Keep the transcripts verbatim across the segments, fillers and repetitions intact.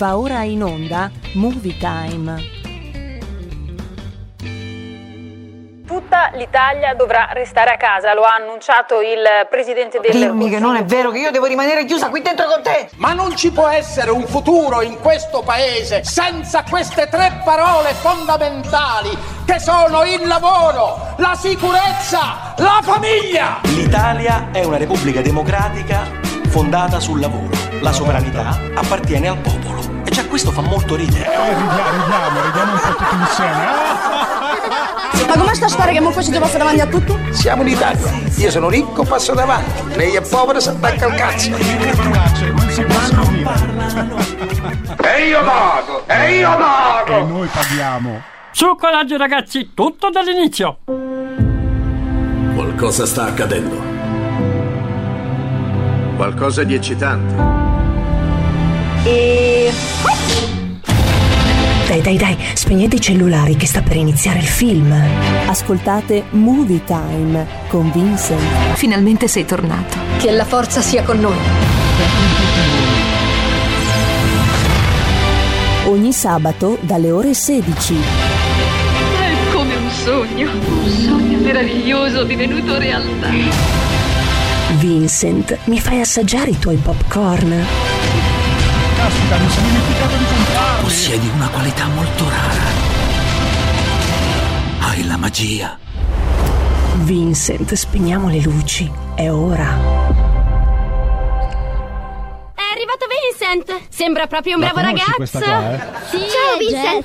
Va ora in onda Movie Time. Tutta l'Italia dovrà restare a casa, lo ha annunciato il presidente del Dimmi Consiglio. che non è vero, che io devo rimanere chiusa qui dentro con te. Ma non ci può essere un futuro in questo paese senza queste tre parole fondamentali che sono il lavoro, la sicurezza, la famiglia. L'Italia è una repubblica democratica fondata sul lavoro. La sovranità appartiene al popolo. E già questo fa molto ridere. Eh, ridiamo, ridiamo, ridiamo un po' tutti insieme. Ma com'è sta storia che mo facete passo davanti a tutto? Siamo in Italia, io sono ricco, passo davanti. Lei è povero, si attacca al cazzo. Non si possono dire. E io pago, e io pago. E noi paghiamo. Su coraggio ragazzi, tutto dall'inizio. Qualcosa sta accadendo. Qualcosa di eccitante. E... Dai, dai, dai, spegnete i cellulari che sta per iniziare il film. Ascoltate Movie Time con Vincent. Finalmente sei tornato. che la forza sia con noi. Ogni sabato dalle ore sedici. È come un sogno, un sogno meraviglioso divenuto realtà. Vincent, mi fai assaggiare i tuoi popcorn? Caspita, mi sono dimenticato di comprarli. Possiedi una qualità molto rara. Hai la magia. Vincent, spegniamo le luci. È ora. È arrivato Vincent. Sembra proprio un La bravo conosci ragazzo. questa qua, eh? Sì, ciao Vincent.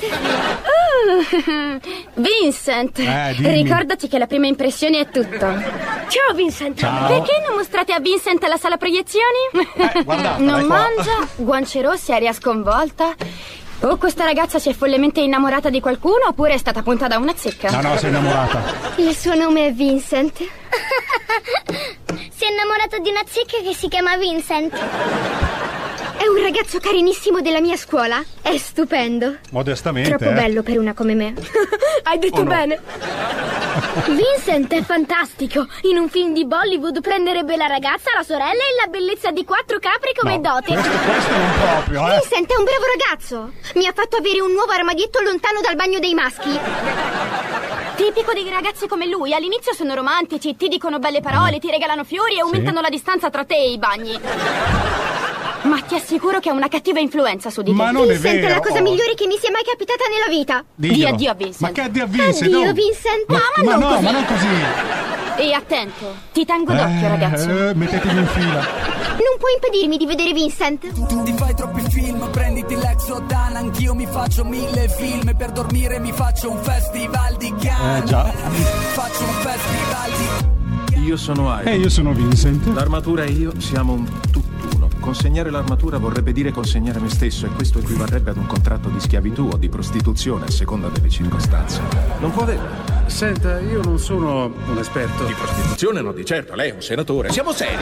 Uh, Vincent, Eh, dimmi. ricordati che la prima impressione è tutto. Ciao Vincent. Ciao. Perché non mostrate a Vincent la sala proiezioni? Eh, guardate, non dai qua. mangia, guance rosse, aria sconvolta. O questa ragazza si è follemente innamorata di qualcuno oppure è stata punta da una zecca. No, no, sei innamorata. Il suo nome è Vincent. Si è innamorato di una zecca che si chiama Vincent. È un ragazzo carinissimo della mia scuola. È stupendo. Modestamente. Troppo eh. bello per una come me. Hai detto Oh, no. bene. Vincent è fantastico. In un film di Bollywood prenderebbe la ragazza, la sorella e la bellezza di quattro capri come No, dote. Questo, questo non proprio, eh. Vincent è un bravo ragazzo. Mi ha fatto avere un nuovo armadietto lontano dal bagno dei maschi. Tipico dei ragazzi come lui. All'inizio sono romantici, ti dicono belle parole, ti regalano fiori e aumentano la distanza tra te e i bagni. Ma ti assicuro che è una cattiva influenza su di te. Ma non è Vincent vero. è la cosa oh. migliore che mi sia mai capitata nella vita. Diglielo. Di addio a Vincent. Ma che addio a Vincent? Addio oh. Vincent. Ma, ma, Ma non no, così. ma non così. E attento, ti tengo d'occhio, Eh, ragazzo. eh, mettetemi in fila. Non puoi impedirmi di vedere Vincent. Tu ti fai troppi film, prenditi l'Exodan. Anch'io mi faccio mille film. Per dormire mi faccio un festival di Cannes. Eh, già. Faccio un festival di... Io sono Iron. E io sono Vincent. L'armatura e io siamo un tutt'uno. Consegnare l'armatura vorrebbe dire consegnare me stesso e questo equivarrebbe ad un contratto di schiavitù o di prostituzione a seconda delle circostanze. Non può averlo. Senta, io non sono un esperto. Di prostituzione no, di certo, lei è un senatore. Siamo seri.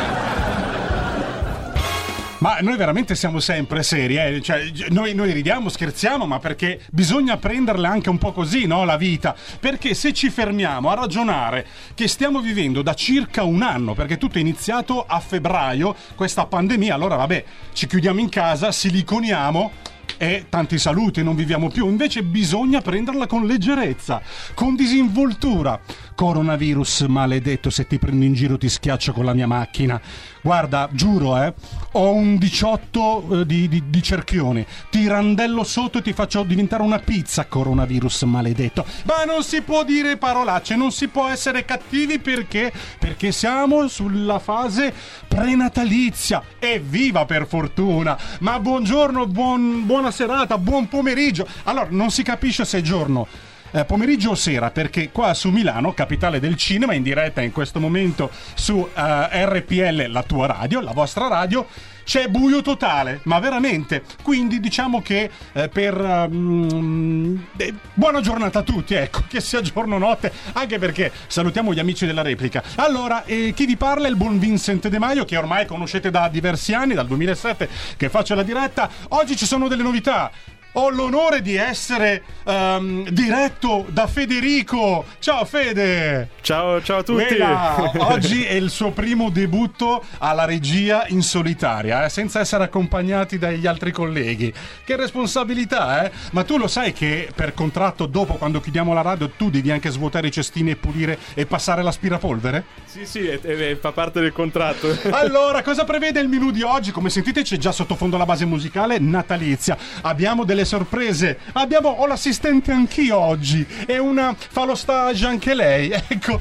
Ma noi veramente siamo sempre seri, eh? Cioè, noi, noi ridiamo, scherziamo, ma perché bisogna prenderla anche un po' così, no? La vita. Perché se ci fermiamo a ragionare che stiamo vivendo da circa un anno, perché tutto è iniziato a febbraio, questa pandemia, allora vabbè, ci chiudiamo in casa, siliconiamo e tanti saluti, non viviamo più. Invece bisogna prenderla con leggerezza, con disinvoltura. Coronavirus maledetto, se ti prendo in giro ti schiaccio con la mia macchina. Guarda, giuro, eh, ho un diciotto eh, di, di, di cerchioni, ti randello sotto e ti faccio diventare una pizza, coronavirus maledetto. Ma non si può dire parolacce, non si può essere cattivi perché perché siamo sulla fase prenatalizia. Evviva, per fortuna. Ma buongiorno, buon, buona serata, buon pomeriggio. Allora, non si capisce se è giorno, Eh, pomeriggio o sera, perché qua su Milano, capitale del cinema, in diretta in questo momento su uh, R P L, la tua radio, la vostra radio, c'è buio totale, ma veramente. Quindi diciamo che eh, per um, eh, buona giornata a tutti, ecco, che sia giorno o notte, anche perché salutiamo gli amici della replica. Allora, eh, chi vi parla è il buon Vincent De Maio, che ormai conoscete da diversi anni, dal duemilasette che faccio la diretta. Oggi ci sono delle novità. ho l'onore di essere um, diretto da Federico. Ciao Fede. Ciao, ciao a tutti. Quella, oggi è il suo primo debutto alla regia in solitaria, eh, senza essere accompagnati dagli altri colleghi. Che responsabilità, eh? Ma tu lo sai che per contratto, dopo, quando chiudiamo la radio, tu devi anche svuotare i cestini e pulire e passare l'aspirapolvere? Sì, sì, è, è, fa parte del contratto. Allora, cosa prevede il menù di oggi? Come sentite c'è già sottofondo la base musicale natalizia. Abbiamo delle sorprese. Abbiamo, ho l'assistente anch'io oggi. E una fa lo stage anche lei. Ecco,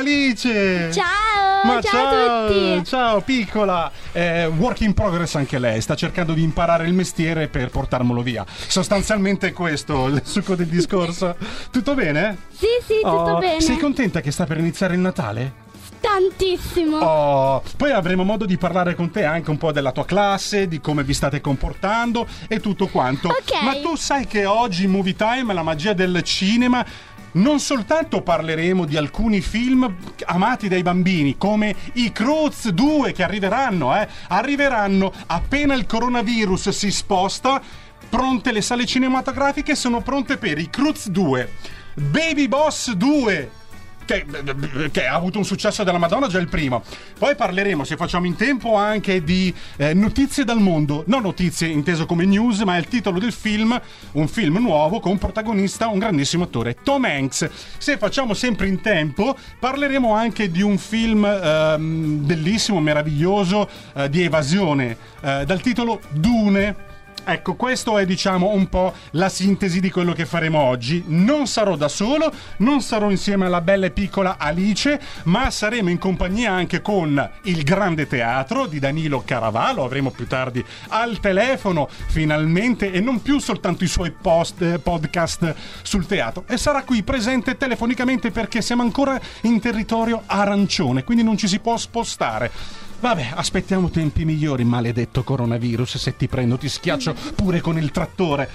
Alice. Ciao, Ma ciao, ciao a tutti. Ciao, piccola. Eh, work in progress anche lei. Sta cercando di imparare il mestiere per portarmelo via. Sostanzialmente è questo il succo del discorso. Tutto bene? Sì, sì, tutto Oh, bene. sei contenta che sta per iniziare il Natale? Tantissimo. Oh, poi avremo modo di parlare con te anche un po' della tua classe, di come vi state comportando e tutto quanto. Ok. Ma tu sai che oggi in Movie Time, la magia del cinema, non soltanto parleremo di alcuni film amati dai bambini, come i Cruz due che arriveranno, eh? Arriveranno appena il coronavirus si sposta. Pronte le sale cinematografiche, sono pronte per i Cruz due, Baby Boss due, Che, che ha avuto un successo della Madonna già il primo. Poi parleremo, se facciamo in tempo, anche di eh, notizie dal mondo. Non notizie inteso come news, ma è il titolo del film. Un film nuovo con protagonista un grandissimo attore, Tom Hanks. Se facciamo sempre in tempo, parleremo anche di un film ehm, bellissimo, meraviglioso, eh, di evasione, eh, dal titolo Dune. Ecco, questo è, diciamo, un po' la sintesi di quello che faremo oggi. Non sarò da solo, non sarò insieme alla bella e piccola Alice, ma saremo in compagnia anche con il Grande Teatro di Danilo Caravalo. Avremo più tardi al telefono, finalmente, e non più soltanto i suoi post, eh, podcast sul teatro. E sarà qui presente telefonicamente perché siamo ancora in territorio arancione, quindi non ci si può spostare. Vabbè, aspettiamo tempi migliori, maledetto coronavirus. Se ti prendo ti schiaccio pure con il trattore.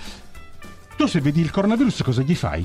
Tu se vedi il coronavirus cosa gli fai?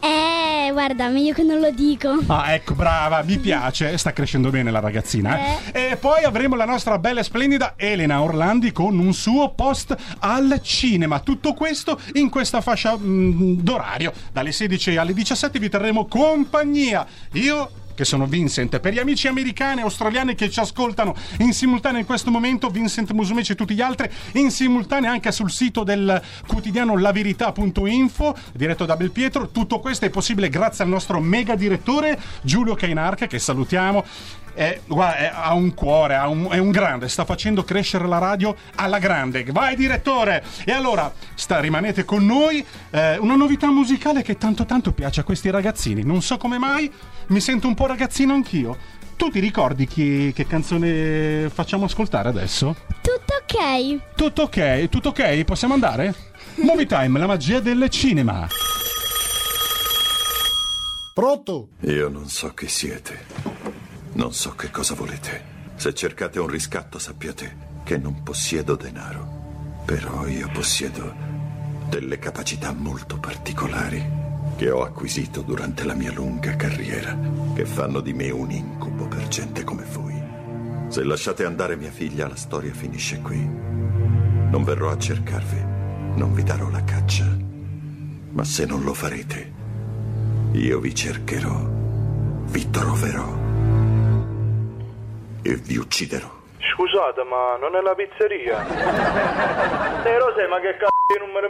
Eh, guarda, meglio che non lo dico. Ah, ecco, brava, mi piace. Sta crescendo bene la ragazzina, eh? E poi avremo la nostra bella e splendida Elena Orlandi con un suo post al cinema. Tutto questo in questa fascia mh, d'orario. Dalle sedici alle diciassette vi terremo compagnia. Io, che sono Vincent. Per gli amici americani e australiani che ci ascoltano in simultanea in questo momento, Vincent Musumeci e tutti gli altri in simultanea anche sul sito del quotidiano laverità punto info diretto da Belpietro. Tutto questo è possibile grazie al nostro mega direttore Giulio Cainarca, che salutiamo. È, guarda, è, ha un cuore, ha un, è un grande, sta facendo crescere la radio alla grande. Vai direttore! E allora sta, rimanete con noi, eh, una novità musicale che tanto tanto piace a questi ragazzini. Non so come mai, mi sento un po' ragazzino anch'io. Tu ti ricordi chi, che canzone facciamo ascoltare adesso? Tutto ok. Tutto ok, tutto ok, possiamo andare? Movie Time, la magia del cinema. Pronto? Io non so chi siete. Non so che cosa volete. Se cercate un riscatto, sappiate che non possiedo denaro. Però io possiedo delle capacità molto particolari che ho acquisito durante la mia lunga carriera, che fanno di me un incubo per gente come voi. Se lasciate andare mia figlia, la storia finisce qui. Non verrò a cercarvi, non vi darò la caccia. Ma se non lo farete, io vi cercherò, vi troverò e vi ucciderò. Scusate, ma non è la pizzeria? Eh, lo sai, ma che c***o di numero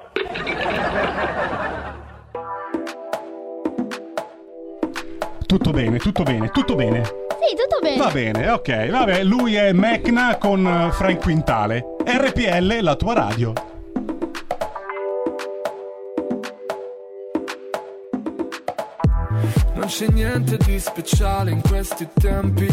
mirate? Tutto bene, tutto bene, tutto bene. Sì, tutto bene. Va bene, ok, vabbè, lui è Mecna con Frank Quintale. R P L, la tua radio. Non c'è niente di speciale in questi tempi.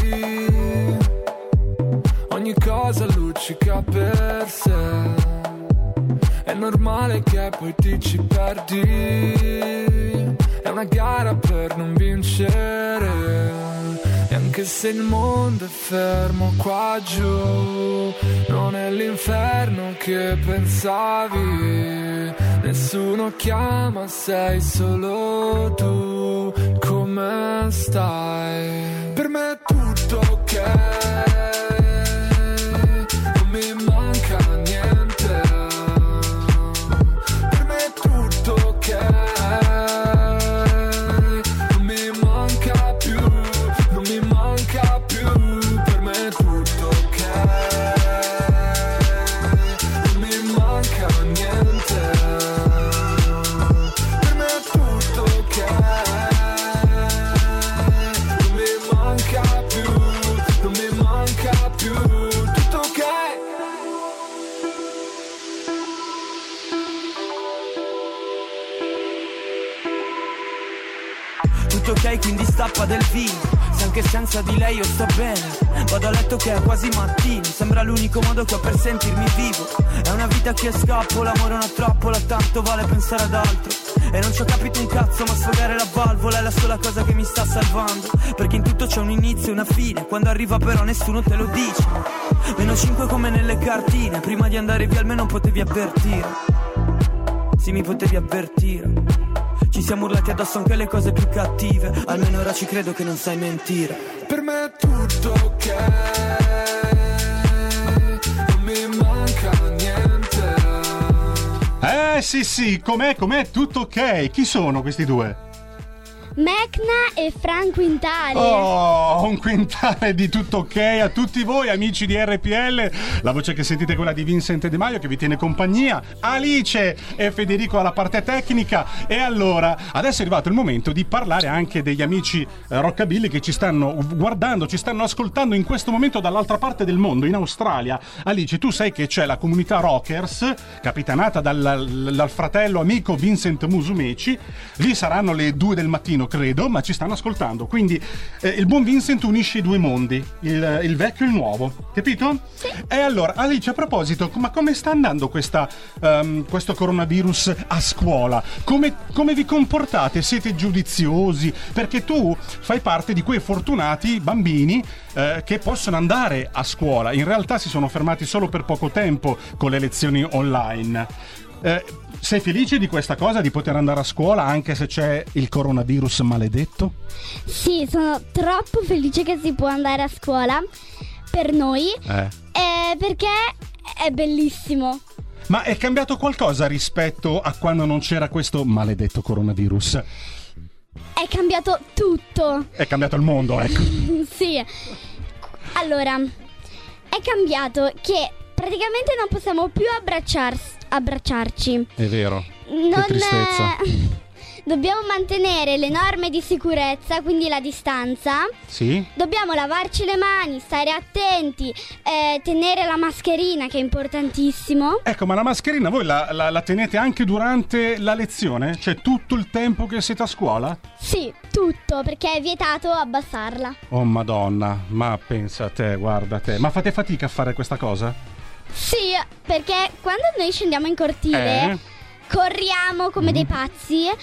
Ogni cosa luccica per sé. È normale che poi ti ci perdi. È una gara per non vincere. E anche se il mondo è fermo qua giù, non è l'inferno che pensavi. Nessuno chiama, sei solo tu. Come stai? Per me è tutto ok. Non mi manca niente. Per ok, quindi stappa del vino. Se anche senza di lei io sto bene. Vado a letto che è quasi mattino. Sembra l'unico modo che ho per sentirmi vivo. È una vita che scappo, l'amore è una trappola, tanto vale pensare ad altro. E non ci ho capito un cazzo, ma sfogare la valvola è la sola cosa che mi sta salvando. Perché in tutto c'è un inizio e una fine, quando arriva però nessuno te lo dice. Meno cinque come nelle cartine, prima di andare via almeno potevi avvertire. Sì, mi potevi avvertire. Ci siamo urlati addosso anche le cose più cattive. Almeno ora ci credo che non sai mentire. Per me è tutto ok, non mi manca niente. Eh sì sì, com'è, com'è, tutto ok. Chi sono questi due? Mecna e Fran Quintale. Oh, un quintale di tutto ok a tutti voi amici di R P L. La voce che sentite è quella di Vincent De Maio che vi tiene compagnia, Alice e Federico alla parte tecnica. E allora, adesso è arrivato il momento di parlare anche degli amici eh, rockabilly che ci stanno guardando, ci stanno ascoltando in questo momento dall'altra parte del mondo, in Australia. Alice, tu sai che c'è la comunità Rockers, capitanata dal, dal fratello amico Vincent Musumeci. Lì saranno le due del mattino, credo, ma ci stanno ascoltando. Quindi eh, il buon Vincent unisce i due mondi, il, il vecchio e il nuovo, capito? Sì. E allora, Alice, a proposito, ma come sta andando questa, um, questo coronavirus a scuola? Come, come vi comportate? Siete giudiziosi? Perché tu fai parte di quei fortunati bambini eh, che possono andare a scuola. In realtà si sono fermati solo per poco tempo con le lezioni online. Eh, sei felice di questa cosa, di poter andare a scuola anche se c'è il coronavirus maledetto? Sì, sono troppo felice che si può andare a scuola per noi, eh. Eh, perché è bellissimo. Ma è cambiato qualcosa rispetto a quando non c'era questo maledetto coronavirus? È cambiato tutto. È cambiato il mondo, ecco. Sì. Allora, è cambiato che praticamente non possiamo più abbracciarsi abbracciarci. È vero. Non, che tristezza. Dobbiamo mantenere le norme di sicurezza, quindi la distanza. Sì. Dobbiamo lavarci le mani, stare attenti, eh, tenere la mascherina, che è importantissimo. Ecco, ma la mascherina voi la, la, la tenete anche durante la lezione? Cioè tutto il tempo che siete a scuola? Sì, tutto, perché è vietato abbassarla. Oh madonna, ma pensa a te, guarda te. Ma fate fatica a fare questa cosa? Sì, perché quando noi scendiamo in cortile eh? corriamo come mm. dei pazzi e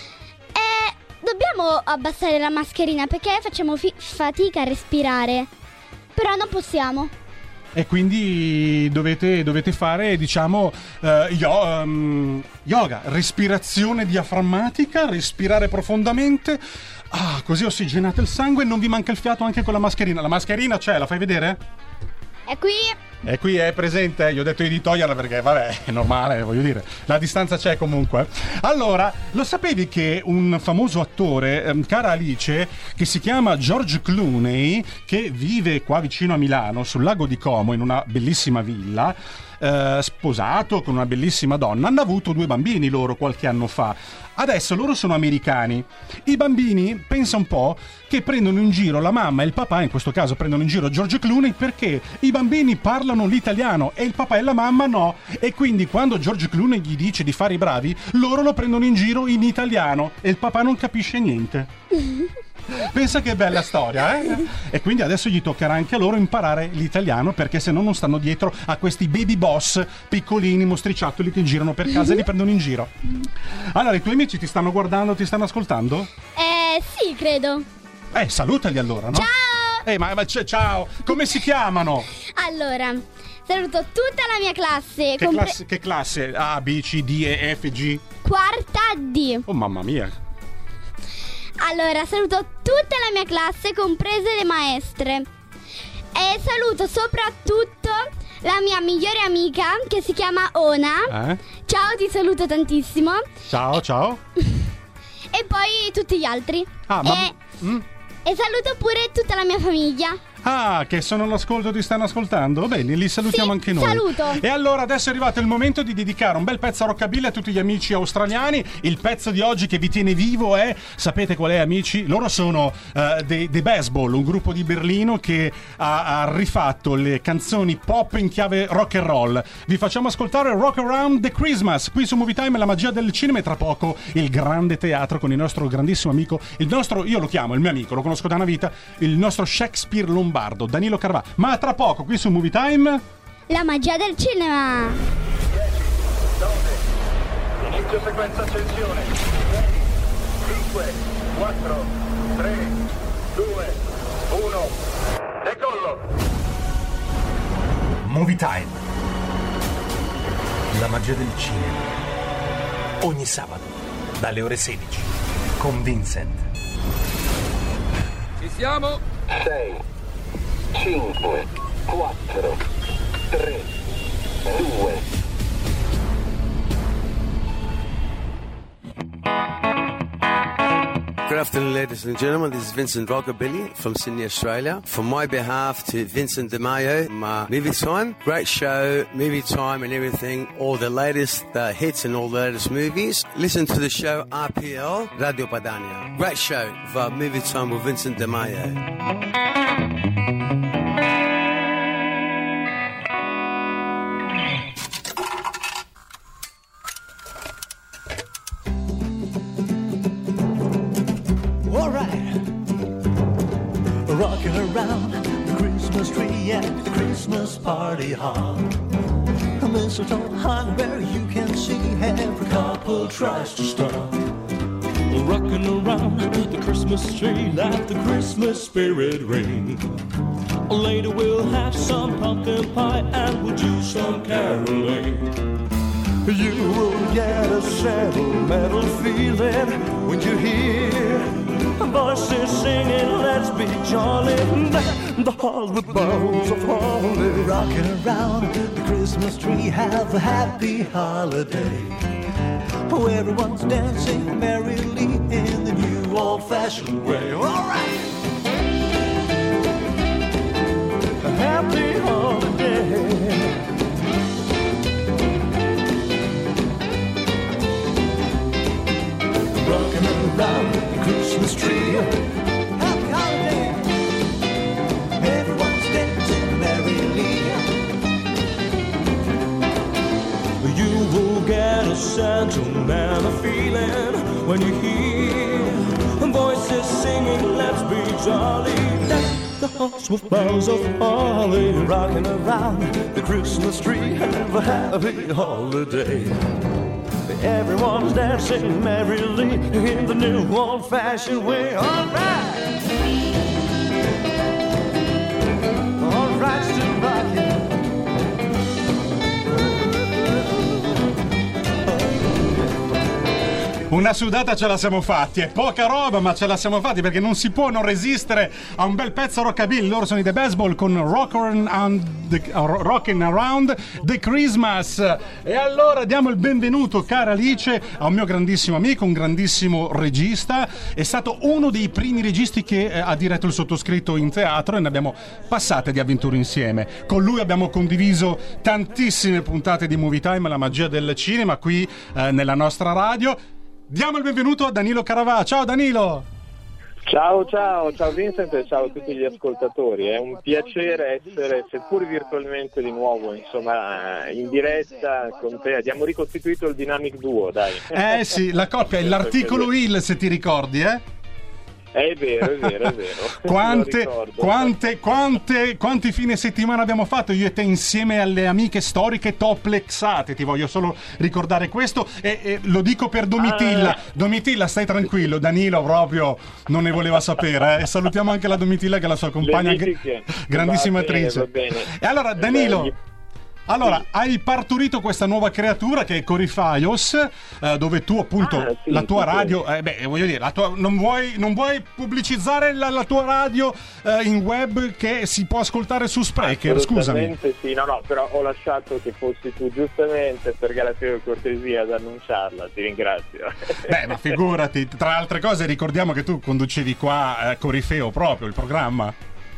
dobbiamo abbassare la mascherina perché facciamo fi- fatica a respirare. Però non possiamo. E quindi dovete, dovete fare, diciamo, uh, yo, um, yoga, respirazione diaframmatica, respirare profondamente. Ah, così ossigenate il sangue e non vi manca il fiato anche con la mascherina. La mascherina c'è, la fai vedere? È qui. E qui è presente, gli ho detto di toglierla perché vabbè, è normale, voglio dire, la distanza c'è comunque. Allora, lo sapevi che un famoso attore, ehm, cara Alice, che si chiama George Clooney, che vive qua vicino a Milano, sul lago di Como, in una bellissima villa, eh, sposato con una bellissima donna, hanno avuto due bambini loro qualche anno fa. Adesso loro sono americani. I bambini, pensa un po', che prendono in giro la mamma e il papà, in questo caso prendono in giro George Clooney perché i bambini parlano l'italiano e il papà e la mamma no. E quindi quando George Clooney gli dice di fare i bravi, loro lo prendono in giro in italiano e il papà non capisce niente. Pensa che bella storia, eh? E quindi adesso gli toccherà anche a loro imparare l'italiano, perché se no non stanno dietro a questi baby boss piccolini, mostriciattoli che girano per casa e li prendono in giro. Allora, i tuoi amici ti stanno guardando, ti stanno ascoltando? Eh, sì, credo. Eh, salutali allora, no? Ciao! Eh, ma, ma ciao! Come si chiamano? Allora, saluto tutta la mia classe. Che, compre- classe, che classe? A, B, C, D, E, F, G? Quarta D. Oh, mamma mia! Allora, saluto tutta la mia classe, comprese le maestre. E saluto soprattutto la mia migliore amica, che si chiama Ona. Eh? Ciao, ti saluto tantissimo. Ciao, ciao. E poi tutti gli altri. Ah, ma... E, mm? e saluto pure tutta la mia famiglia. Ah, che sono all'ascolto, ti stanno ascoltando? Bene, li salutiamo Sì, anche noi. saluto. E allora adesso è arrivato il momento di dedicare un bel pezzo a rockabilly a tutti gli amici australiani. Il pezzo di oggi che vi tiene vivo è, sapete qual è, amici? Loro sono uh, dei The Baseball, un gruppo di Berlino che ha, ha rifatto le canzoni pop in chiave rock and roll. Vi facciamo ascoltare Rock Around the Christmas qui su Movie Time, la magia del cinema, e tra poco il grande teatro con il nostro grandissimo amico, il nostro, io lo chiamo il mio amico, lo conosco da una vita, il nostro Shakespeare Lombardo, Danilo Carvà. Ma tra poco qui su Movie Time la magia del cinema. Inizio sequenza accensione. cinque, quattro, tre, due, uno. Decollo. Movie Time. La magia del cinema. Ogni sabato dalle ore sedici con Vincent. Ci siamo? sei, cinque, quattro, tre, due. Good afternoon, ladies and gentlemen. This is Vincent Rockabilly from Sydney, Australia. For my behalf to Vincent De Mayo, my Movie Time. Great show, Movie Time and everything. All the latest uh, hits and all the latest movies. Listen to the show R P L, Radio Padania. Great show for Movie Time with Vincent De Mayo. Rocking around the Christmas tree at the Christmas party hall. A mistletoe hung where you can see every couple tries to stop. Rocking around the Christmas tree, let the Christmas spirit ring. Later we'll have some pumpkin pie and we'll do some caroling. You will get a sentimental feeling when you hear voices singing, let's be jolly. The halls with boughs of holly. Rocking around the Christmas tree, have a happy holiday. Oh, everyone's dancing merrily in the new old-fashioned way. All right. A happy holiday. Rocking around the Christmas tree, happy holiday. Everyone's dancing merrily. You will get a sentimental feeling when you hear voices singing, let's be jolly. The hearts with boughs of holly. Rocking around the Christmas tree, have a happy holiday. Everyone's dancing merrily in the new old-fashioned way. All right, all right, still rocking. Una sudata ce la siamo fatti, è poca roba ma ce la siamo fatti, perché non si può non resistere a un bel pezzo rockabilly. Loro sono i The Baseball con Rockin' Rockin' Around the Christmas. E allora diamo il benvenuto, cara Alice, a un mio grandissimo amico, un grandissimo regista. È stato uno dei primi registi che eh, ha diretto il sottoscritto in teatro e ne abbiamo passate di avventure insieme. Con lui abbiamo condiviso tantissime puntate di Movie Time, la magia del cinema, qui eh, nella nostra radio. Diamo il benvenuto a Danilo Carvà. Ciao Danilo! Ciao, ciao, ciao Vincent e ciao a tutti gli ascoltatori. È un piacere essere, seppur virtualmente, di nuovo, insomma, in diretta con te. Abbiamo ricostituito il Dynamic Duo, dai. Eh sì, la coppia è l'articolo I L, se ti ricordi, eh? È vero, è vero, è vero. Quante, quante, quante, quanti fine settimana abbiamo fatto io e te insieme alle amiche storiche toplexate, ti voglio solo ricordare questo e, e lo dico per Domitilla. Ah. Domitilla, stai tranquillo, Danilo proprio non ne voleva sapere, eh? E salutiamo anche la Domitilla che è la sua compagna, gr- grandissima va bene, attrice. Va bene. E allora Danilo, allora, sì. Hai partorito questa nuova creatura che è Corifaios, eh, dove tu appunto ah, sì, la tua sì, radio, eh, beh, voglio dire, la tua, non vuoi non vuoi pubblicizzare la, la tua radio eh, in web che si può ascoltare su Spreaker, scusami. Sì, no, no, però ho lasciato che fossi tu giustamente per garanzia e cortesia ad annunciarla, ti ringrazio. Beh, ma figurati, tra altre cose ricordiamo che tu conducevi qua eh, Corifeo proprio, il programma.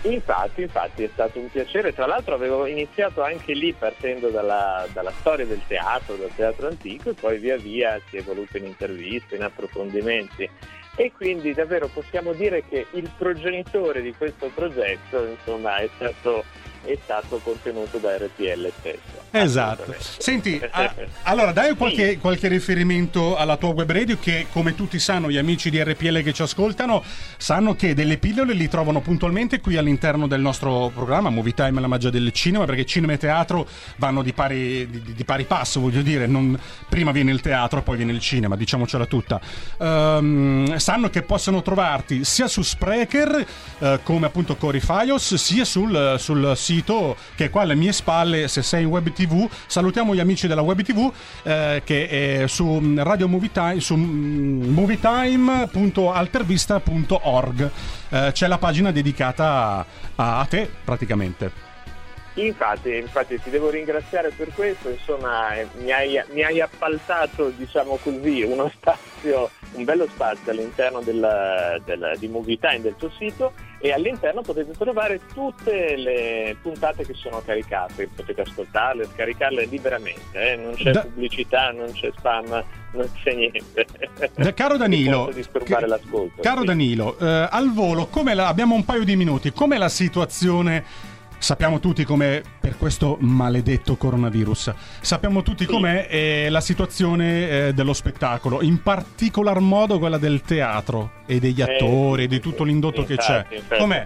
Infatti, infatti è stato un piacere. Tra l'altro avevo iniziato anche lì partendo dalla, dalla storia del teatro, dal teatro antico, e poi via via si è evoluto in interviste, in approfondimenti, e quindi davvero possiamo dire che il progenitore di questo progetto, insomma, è stato è stato contenuto da R P L stesso. Esatto. Senti, a, allora dai qualche, sì. qualche riferimento alla tua web radio, che come tutti sanno, gli amici di R P L che ci ascoltano sanno che delle pillole li trovano puntualmente qui all'interno del nostro programma Movie Time, la magia del cinema, perché cinema e teatro vanno di pari, di, di pari passo, voglio dire, non, prima viene il teatro e poi viene il cinema, diciamocela tutta. Um, sanno che possono trovarti sia su Spreaker uh, come appunto Cori Faios, sia sul, sul sito che è qua alle mie spalle, se sei in web tv. Salutiamo gli amici della web tv eh, che è su Radio Movie Time, su movietime punto altervista punto org. Eh, c'è la pagina dedicata a, a te praticamente. Infatti, infatti ti devo ringraziare per questo, insomma eh, mi, hai, mi hai appaltato, diciamo così, uno spazio, un bello spazio all'interno del, del, di Movie Time, del tuo sito, e all'interno potete trovare tutte le puntate che sono caricate, potete ascoltarle, scaricarle liberamente, eh? Non c'è da... pubblicità, non c'è spam, non c'è niente. Da, caro Danilo, disturbare l'ascolto, caro sì. Danilo, eh, al volo, come la, abbiamo un paio di minuti, com'è la situazione? Sappiamo tutti com'è per questo maledetto coronavirus. Sappiamo tutti sì. com'è eh, la situazione eh, dello spettacolo, in particolar modo quella del teatro e degli attori, eh, sì, e di tutto l'indotto infatti, che c'è. Infatti. Com'è?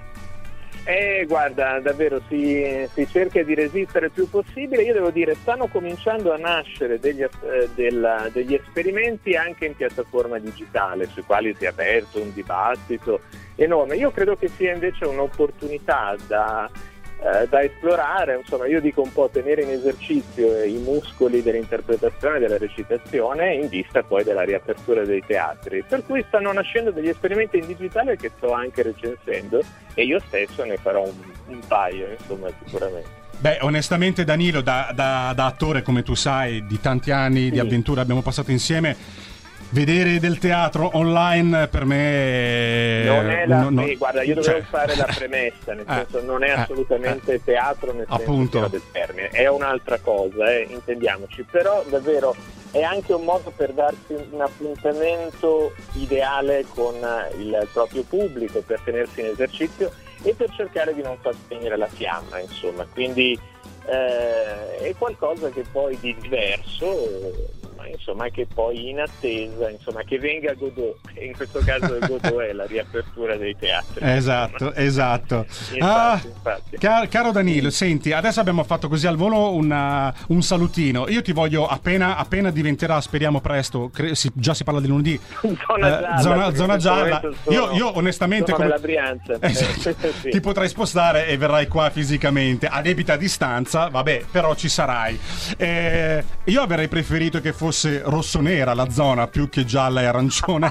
Eh, guarda, davvero si, si cerca di resistere il più possibile. Io devo dire, stanno cominciando a nascere degli, eh, del, degli esperimenti anche in piattaforma digitale, sui quali si è aperto un dibattito enorme. Io credo che sia invece un'opportunità da, eh, da esplorare. Insomma, io dico un po' tenere in esercizio i muscoli dell'interpretazione e della recitazione in vista poi della riapertura dei teatri. Per cui stanno nascendo degli esperimenti in digitale che sto anche recensendo, e io stesso ne farò un, un paio, insomma, sicuramente. Beh, onestamente Danilo, da, da, da attore, come tu sai, di tanti anni sì. di avventura abbiamo passato insieme, vedere del teatro online per me non è la, no, no, sì, guarda, io dovevo cioè, fare la premessa, nel eh, senso non è assolutamente eh, teatro nel appunto. senso del termine, è un'altra cosa, eh, intendiamoci, però davvero è anche un modo per darsi un appuntamento ideale con il proprio pubblico, per tenersi in esercizio e per cercare di non far spegnere la fiamma, insomma, quindi eh, è qualcosa che poi di diverso, ma insomma che poi in attesa, insomma, che venga Godot, e in questo caso Godot è la riapertura dei teatri. Esatto, insomma. esatto. Infatti, ah, infatti. Car- caro Danilo, senti, adesso abbiamo fatto così al volo una, un salutino. Io ti voglio, appena, appena diventerà, speriamo presto, cre- si, già si parla di lunedì, zona gialla, eh, zona, zona gialla. Sono, io, io onestamente sono come... nella Brianza, eh, sì. ti potrai spostare e verrai qua fisicamente a debita distanza, vabbè, però ci sarai. Eh, io avrei preferito che fosse rossonera la zona più che gialla e arancione.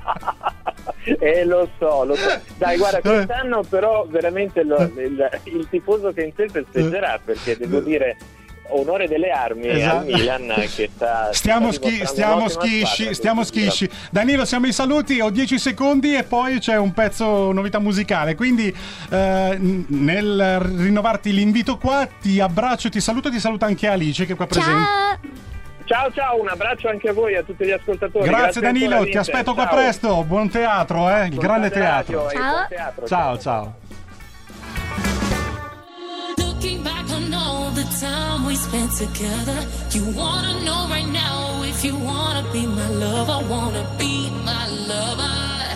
Eh, lo so, lo so. Dai, guarda, quest'anno però veramente lo, il, il tifoso che in te festeggerà, perché devo dire onore delle armi esatto. al Milan che sta stiamo, sta schi- stiamo schisci squadra, stiamo schisci Danilo, siamo ai saluti, ho dieci secondi e poi c'è un pezzo novità musicale, quindi eh, nel rinnovarti l'invito qua ti abbraccio, ti saluto e ti saluta anche Alice che è qua presente. Ciao. Ciao ciao, un abbraccio anche a voi, a tutti gli ascoltatori. Grazie, Grazie Danilo, ancora, ti aspetto ciao. qua presto, buon teatro, eh, il grande teatro. Ciao. Teatro. Ciao, ciao. Looking back on all the time we spent together, you wanna know right now if you wanna be my lover, wanna be my lover,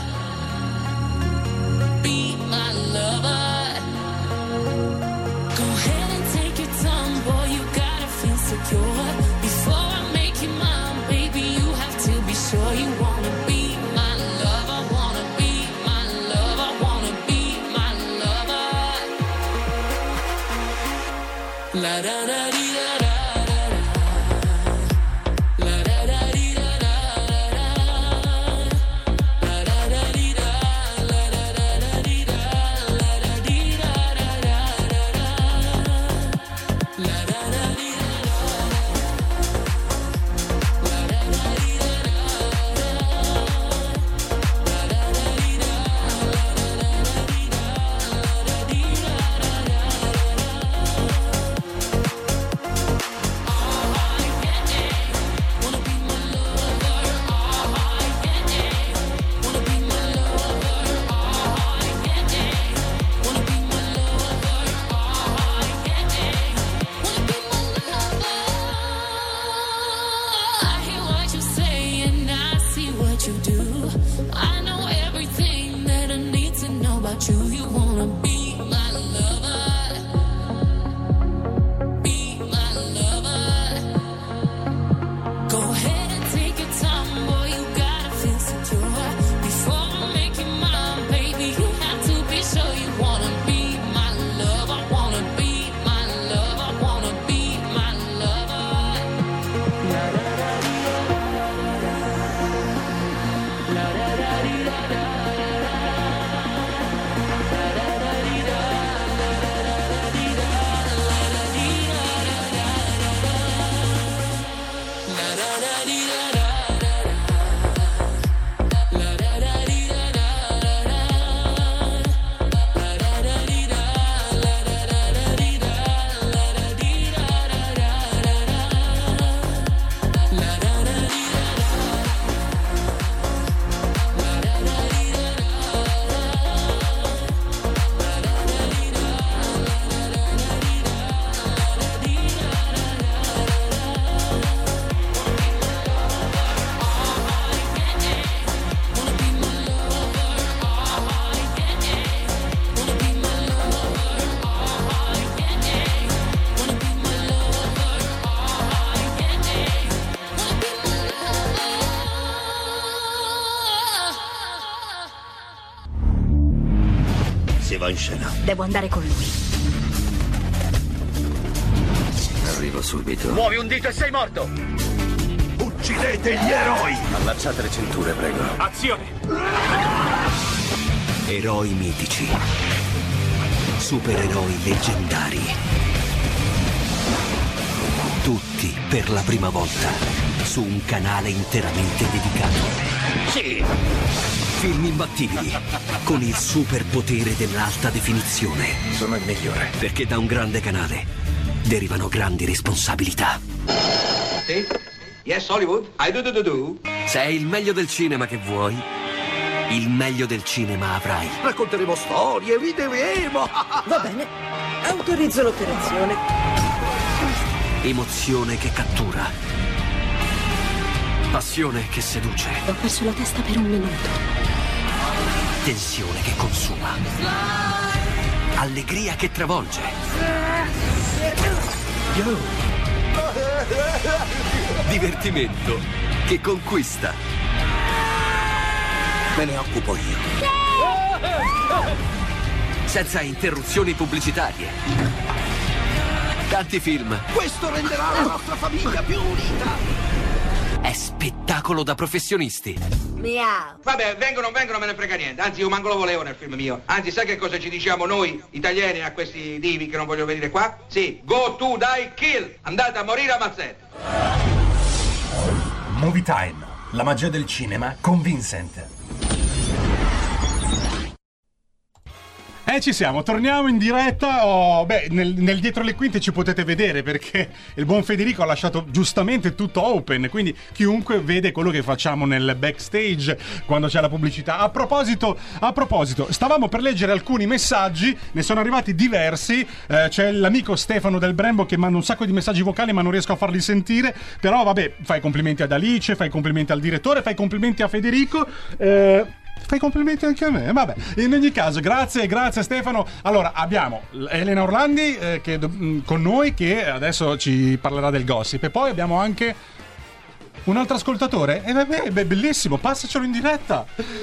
be my lover. Go ahead and take your time, boy, you gotta feel secure. Before I make you mine, baby, you have to be sure you wanna be my lover, wanna be my lover, wanna be my lover. La da da di da da. in scena. Devo andare con lui. Arrivo subito. Muovi un dito e sei morto! Uccidete gli eroi! Allacciate le cinture, prego. Azione! Eroi mitici. Supereroi leggendari. Tutti per la prima volta su un canale interamente dedicato. Sì! Film imbattibili con il superpotere dell'alta definizione. Sono il migliore. Perché da un grande canale derivano grandi responsabilità. Sì? Yes, Hollywood. I do do do do. Se è il meglio del cinema che vuoi, il meglio del cinema avrai. Racconteremo storie, rideremo. Va bene, autorizzo l'operazione. Emozione che cattura. Passione che seduce. Ho perso la testa per un minuto. Tensione che consuma. Allegria che travolge. Yo. Divertimento che conquista. Me ne occupo io. Senza interruzioni pubblicitarie. Tanti film. Questo renderà la nostra famiglia più unita. È spettacolo da professionisti. Miau. Vabbè, vengo o non vengo non me ne frega niente. Anzi, io manco lo volevo nel film mio. Anzi, sai che cosa ci diciamo noi italiani a questi divi che non vogliono venire qua? Sì, go to die kill. Andate a morire a mazzette. Movie Time, la magia del cinema con Vincent. Eh, ci siamo, torniamo in diretta. Oh, beh, nel, nel dietro le quinte ci potete vedere perché il buon Federico ha lasciato giustamente tutto open, quindi chiunque vede quello che facciamo nel backstage quando c'è la pubblicità. A proposito, a proposito, stavamo per leggere alcuni messaggi, ne sono arrivati diversi. Eh, c'è l'amico Stefano del Brembo che manda un sacco di messaggi vocali, ma non riesco a farli sentire. Però vabbè, fai complimenti ad Alice, fai complimenti al direttore, fai complimenti a Federico. Eh... Fai complimenti anche a me, vabbè. In ogni caso, grazie, grazie Stefano. Allora, abbiamo Elena Orlandi eh, che, mh, con noi che adesso ci parlerà del gossip. E poi abbiamo anche un altro ascoltatore. E eh, vabbè, beh, bellissimo, passacelo in diretta.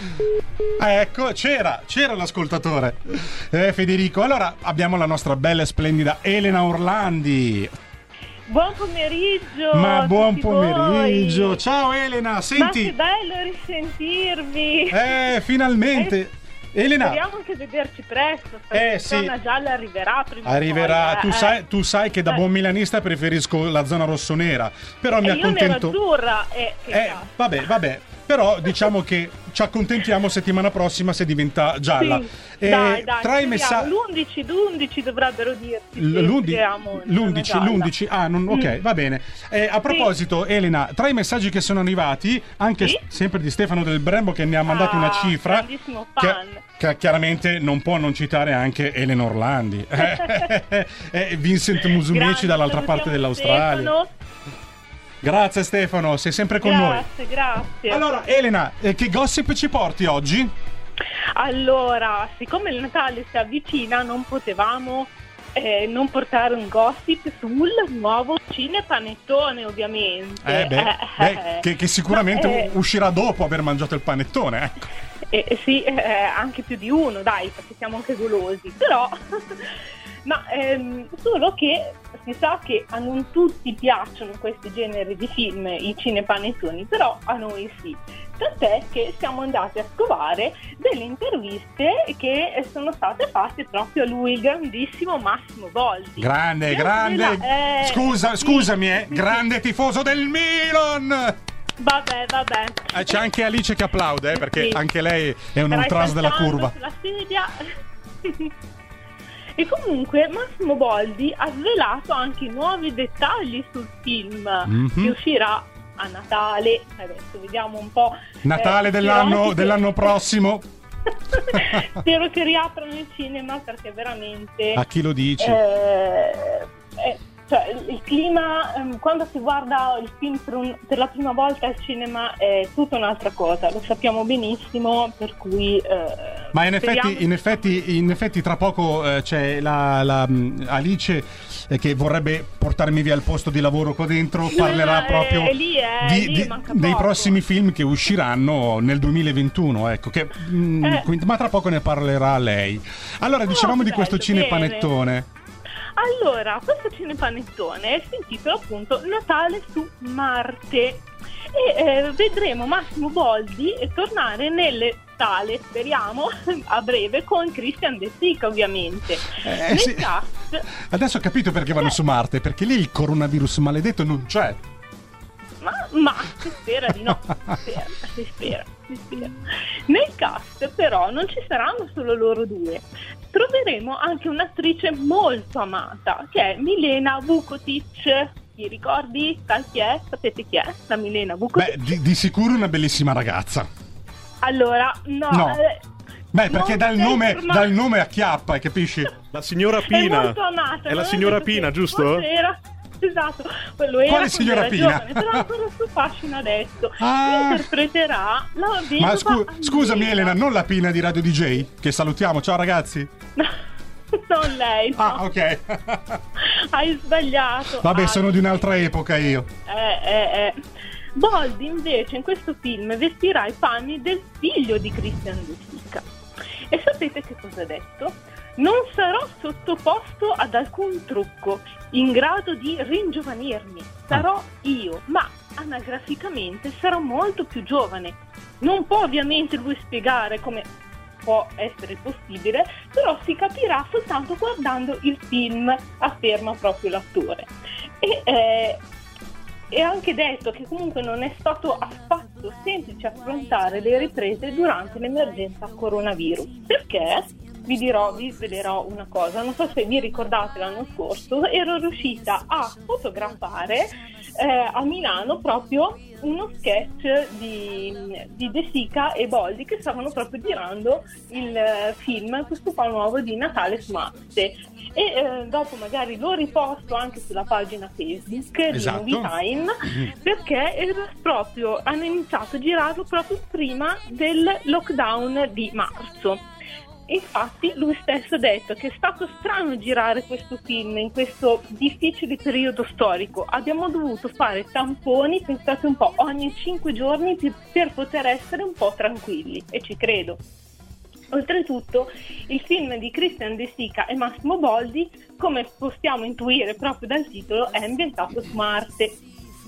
Ecco, c'era, c'era l'ascoltatore. Eh, Federico. Allora, abbiamo la nostra bella e splendida Elena Orlandi. Buon pomeriggio. Ma buon pomeriggio. Voi. Ciao Elena, senti. Ma che bello risentirvi. Eh, finalmente. Eh, Elena. Speriamo anche vederci presto. Eh, sì. La zona gialla arriverà prima Arriverà. poi, tu, eh. sai, tu sai che da buon milanista preferisco la zona rossonera. Però mi e accontento. Io nero azzurra. Eh, eh vabbè, vabbè. Però diciamo che ci accontentiamo settimana prossima se diventa gialla. Sì, e dai, dai, tra i messaggi l'undici, l'undici dovrebbero dirci. L'undici, l'undici, l'undici. Ah, non, ok, mm. va bene. Eh, a proposito, sì. Elena, tra i messaggi che sono arrivati, anche sì? sempre di Stefano del Brembo che ne ha mandato ah, una cifra. Grandissimo fan. Che, che chiaramente non può non citare anche Elena Orlandi. eh, Vincent Musumeci dall'altra parte dell'Australia. Stefano. Grazie Stefano, sei sempre con grazie, noi. Grazie, grazie. Allora, Elena, eh, che gossip ci porti oggi? Allora, siccome il Natale si avvicina, non potevamo eh, non portare un gossip sul nuovo Cinepanettone, ovviamente. Eh beh, eh, beh eh, che, che sicuramente eh, uscirà dopo aver mangiato il panettone, ecco. Eh, sì, eh, anche più di uno, dai, perché siamo anche golosi, però... Ma ehm, solo che si sa che a non tutti piacciono questi generi di film, i cinepanettoni, però a noi sì. Tant'è che siamo andati a scovare delle interviste che sono state fatte proprio a lui, il grandissimo Massimo Boldi. Grande, Io grande. La, eh, Scusa, sì, scusami, eh, sì, grande sì. tifoso del Milan. Vabbè, vabbè. Eh, c'è anche Alice che applaude, eh, perché sì. anche lei è un ultras della curva. Sulla sedia. E comunque Massimo Boldi ha svelato anche nuovi dettagli sul film mm-hmm. che uscirà a Natale. Adesso vediamo un po'. Natale eh, dell'anno, che... dell'anno prossimo. Spero che riaprano il cinema perché veramente. A chi lo dici? Eh, eh, cioè il clima, ehm, quando si guarda il film per, un, per la prima volta al cinema è tutta un'altra cosa, lo sappiamo benissimo, per cui eh, ma in speriamo... effetti, in effetti in effetti tra poco eh, c'è la, la mh, Alice eh, che vorrebbe portarmi via il posto di lavoro qua dentro, parlerà Eh, proprio è lì, eh, di, lì di- manca dei poco. prossimi film che usciranno nel duemilaventuno, ecco, che, mh, Eh. quindi- ma tra poco ne parlerà lei. Allora, dicevamo di questo bello, cinepanettone. Allora, questo cinepanettone si intitola appunto Natale su Marte e eh, vedremo Massimo Boldi tornare nelle sale, speriamo, a breve con Christian De Sica ovviamente. Eh, Nel sì. cast, Adesso ho capito perché vanno su Marte, perché lì il coronavirus maledetto non c'è. ma, ma si spera di no, si spera, si spera, si spera. Nel cast però non ci saranno solo loro due, troveremo anche un'attrice molto amata che è Milena Vukotic. Ti ricordi? Sai chi è? Sapete chi è? La Milena Vukotic? Beh, di, di sicuro una bellissima ragazza. Allora, no. No. eh, Beh, perché non dal sei nome, informato. dal nome acchiappa, capisci? La signora È Pina. molto amata. È la non signora detto Pina, che giusto? forse Era, esatto, quello era Quale quando signora era Pina? giovane, però ha ancora il suo fascino adesso. Ah. Interpreterà la vedova Ma scu- scusami Andrea. Elena, non la Pina di Radio D J? Che salutiamo, ciao ragazzi. Non lei, no. Ah, ok. Hai sbagliato. Vabbè, Ah, sono di un'altra epoca io. Eh, eh, eh. Boldi invece in questo film vestirà i panni del figlio di Christian De Sica. E sapete che cosa ha detto? Non sarò sottoposto ad alcun trucco in grado di ringiovanirmi. Sarò io, ma anagraficamente sarò molto più giovane. Non può ovviamente lui spiegare come può essere possibile, però si capirà soltanto guardando il film, afferma proprio l'attore. E eh, è anche detto che comunque non è stato affatto semplice affrontare le riprese durante l'emergenza coronavirus. Perché? Vi dirò, vi svelerò una cosa, non so se vi ricordate l'anno scorso, ero riuscita a fotografare eh, a Milano proprio uno sketch di, di De Sica e Boldi che stavano proprio girando il eh, film, questo qua nuovo di Natale su Marte. E eh, dopo magari lo riposto anche sulla pagina Facebook Esatto. di Movie Time, perché era proprio, hanno iniziato a girarlo proprio prima del lockdown di marzo. Infatti lui stesso ha detto che è stato strano girare questo film in questo difficile periodo storico. Abbiamo dovuto fare tamponi, pensate un po', ogni cinque giorni per, per poter essere un po' tranquilli, e ci credo. Oltretutto il film di Christian De Sica e Massimo Boldi, come possiamo intuire proprio dal titolo, è ambientato su Marte.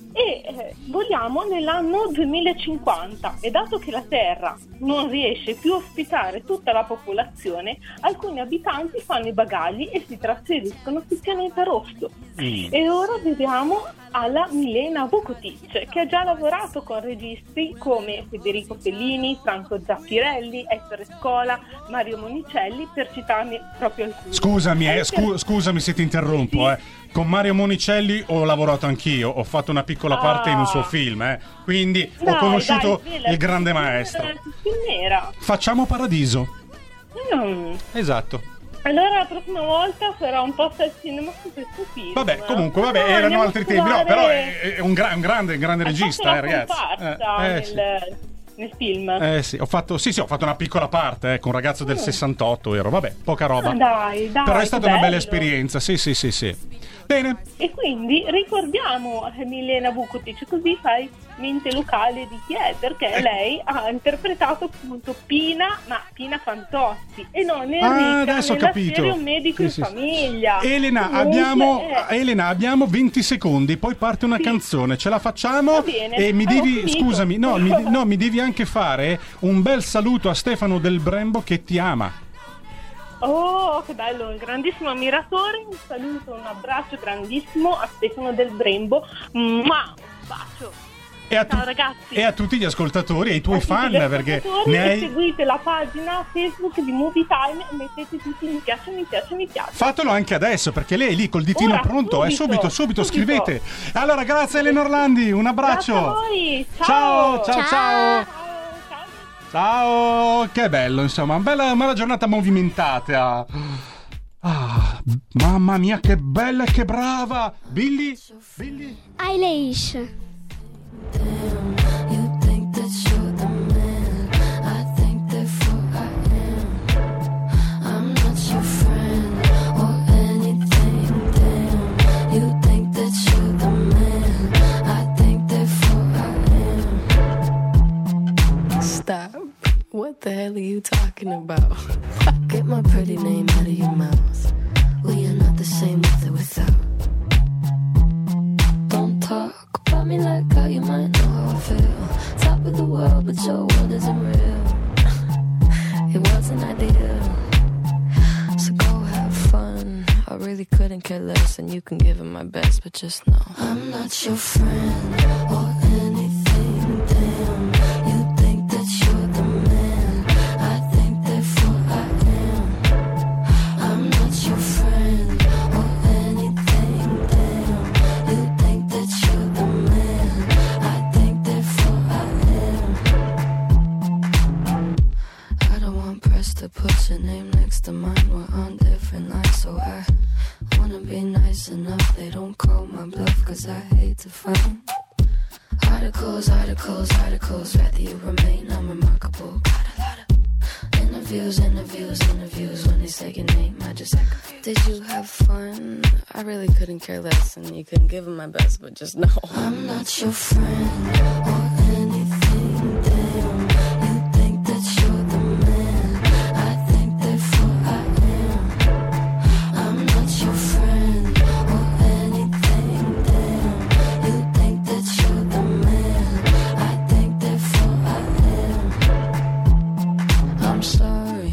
E eh, vogliamo nell'anno duemilacinquanta, e dato che la Terra non riesce più a ospitare tutta la popolazione, alcuni abitanti fanno i bagagli e si trasferiscono sul pianeta rosso. Mm. E ora vediamo alla Milena Vukotic, che ha già lavorato con registi come Federico Fellini, Franco Zaffirelli, Ettore Scola, Mario Monicelli, per citarne proprio alcuni. Scusami, eh, È scu- scusami se ti interrompo, eh. Con Mario Monicelli ho lavorato anch'io, ho fatto una piccola parte Ah. in un suo film, eh. Quindi Dai, ho conosciuto dai, svela, il grande che maestro. film- che film era? Facciamo Paradiso. Mm. Esatto. Allora la prossima volta farò un post al cinema su questo film. Vabbè, comunque, vabbè, No, erano andiamo altri a tempi. No, trovare- però è, è un, gra- un grande, un grande Hai regista, fatto eh, una ragazzi. comparsa Eh, eh, nel, sì. nel film. Eh sì, ho fatto, sì, sì, ho fatto una piccola parte, eh, con un ragazzo del Mm. sessantotto ero, vabbè, poca roba. Ah, dai, dai, Però è che stata una bella bello. esperienza, sì, sì, sì, sì. Bene. E quindi ricordiamo Milena Vukotic, così fai mente locale di chi è, perché Eh. lei ha interpretato appunto Pina, ma Pina Fantozzi, e non Enrica Ah, adesso ho nella capito. serie Un medico Sì, in sì, sì. famiglia. Elena, Comunque, abbiamo, eh, Elena, abbiamo venti secondi, poi parte una Sì. canzone, ce la facciamo? Va bene, E mi ho devi, finito. scusami, no mi, no, mi devi anche fare un bel saluto a Stefano Del Brembo che ti ama. Oh, che bello, un grandissimo ammiratore, un saluto, un abbraccio grandissimo a Stefano Del Brembo. Mua, un bacio. E a, tu- Ciao ragazzi. e a tutti gli ascoltatori e ai tuoi A tutti fan, gli perché ascoltatori, ne e hai... seguite la pagina Facebook di Movie Time e mettete tutti mi piace, mi piace, mi piace. Fatelo anche adesso, perché lei è lì col ditino Ora, pronto, eh, subito, subito, subito, subito. scrivete. Allora, grazie Elena Orlandi, un abbraccio. Grazie a voi. Ciao, Ciao, ciao, ciao. Ciao, che bello, insomma, una bella, una bella giornata movimentata. Ah, Mamma mia, che bella e che brava! Billie? Billie? Eilish. You think that you're the man, I think therefore I am. I'm not your friend or anything, damn. You think that you're the man, I think therefore I am. Stop. What the hell are you talking about? Get my pretty name out of your mouth. We are not the same with or without. Don't talk about me like how you might know how I feel. Top of the world, but your world isn't real. It wasn't ideal. So go have fun. I really couldn't care less, and you can give it my best, but just know I'm not your friend or anything, damn. You think that you're the man, I think therefore I am. I'm not your friend or anything, damn. You think that you're the man, I think therefore I am. I don't want press to put your name next to mine. We're on different lines, so I wanna be nice enough. They don't call my bluff, cause I hate to find articles, articles, articles. Rather you remain unremarkable. Got a lot of interviews, interviews, interviews. When they say your name, I just act confused. Did you have fun? I really couldn't care less, and you couldn't give it my best, but just know I'm not your friend or anything, damn. You think that you're the man, I think therefore I am. I'm not your friend or anything, damn. You think that you're the man, I think therefore I am. I'm sorry.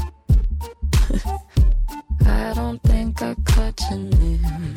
I don't think I caught your name.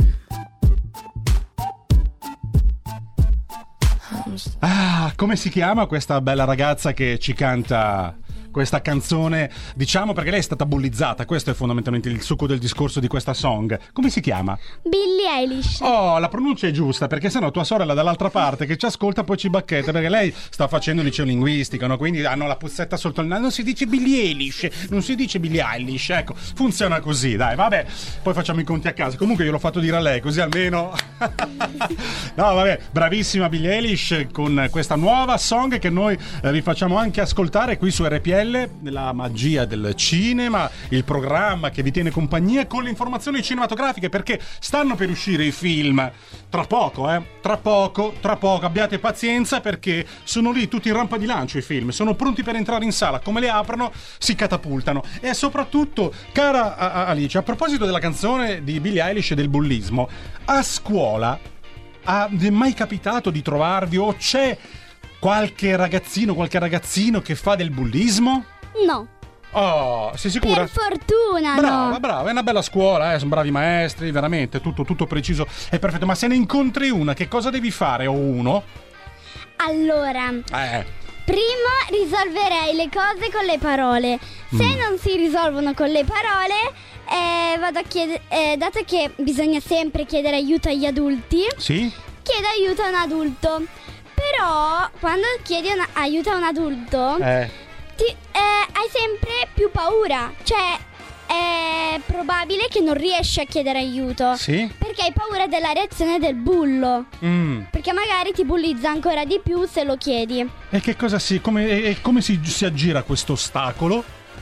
Ah, come si chiama questa bella ragazza che ci canta questa canzone? Diciamo perché lei è stata bullizzata, questo è fondamentalmente il succo del discorso di questa song. Come si chiama? Billie Eilish. Oh, la pronuncia è giusta, perché sennò tua sorella dall'altra parte che ci ascolta poi ci bacchetta, perché lei sta facendo liceo linguistico, no? Quindi hanno la puzzetta sotto il naso. Non si dice Billie Eilish, non si dice Billie Eilish, ecco, funziona così, dai, vabbè, poi facciamo i conti a casa. Comunque io l'ho fatto dire a lei, così almeno no, vabbè, bravissima Billie Eilish con questa nuova song che noi eh, vi facciamo anche ascoltare qui su R P L, la magia del cinema, il programma che vi tiene compagnia con le informazioni cinematografiche, perché stanno per uscire i film tra poco, eh? Tra poco, tra poco, abbiate pazienza, perché sono lì tutti in rampa di lancio i film, sono pronti per entrare in sala, come le aprono si catapultano. E soprattutto, cara Alice, a proposito della canzone di Billie Eilish e del bullismo, a scuola ha mai capitato di trovarvi o c'è qualche ragazzino, qualche ragazzino che fa del bullismo? No. Oh, sei sicura? Per fortuna, brava, no. Brava, è una bella scuola, eh, sono bravi maestri, veramente, tutto, tutto preciso, è perfetto. Ma se ne incontri una, che cosa devi fare? O uno? Allora, Eh, primo risolverei le cose con le parole. Se Mm. non si risolvono con le parole, eh, vado a chiedere, eh, dato che bisogna sempre chiedere aiuto agli adulti, sì? chiedo aiuto a un adulto. Però quando chiedi un aiuto a un adulto, Eh. ti, eh, hai sempre più paura. Cioè è probabile che non riesci a chiedere aiuto, Sì? perché hai paura della reazione del bullo, Mm. perché magari ti bullizza ancora di più se lo chiedi. E che cosa si, come, e, e come si, si aggira questo ostacolo?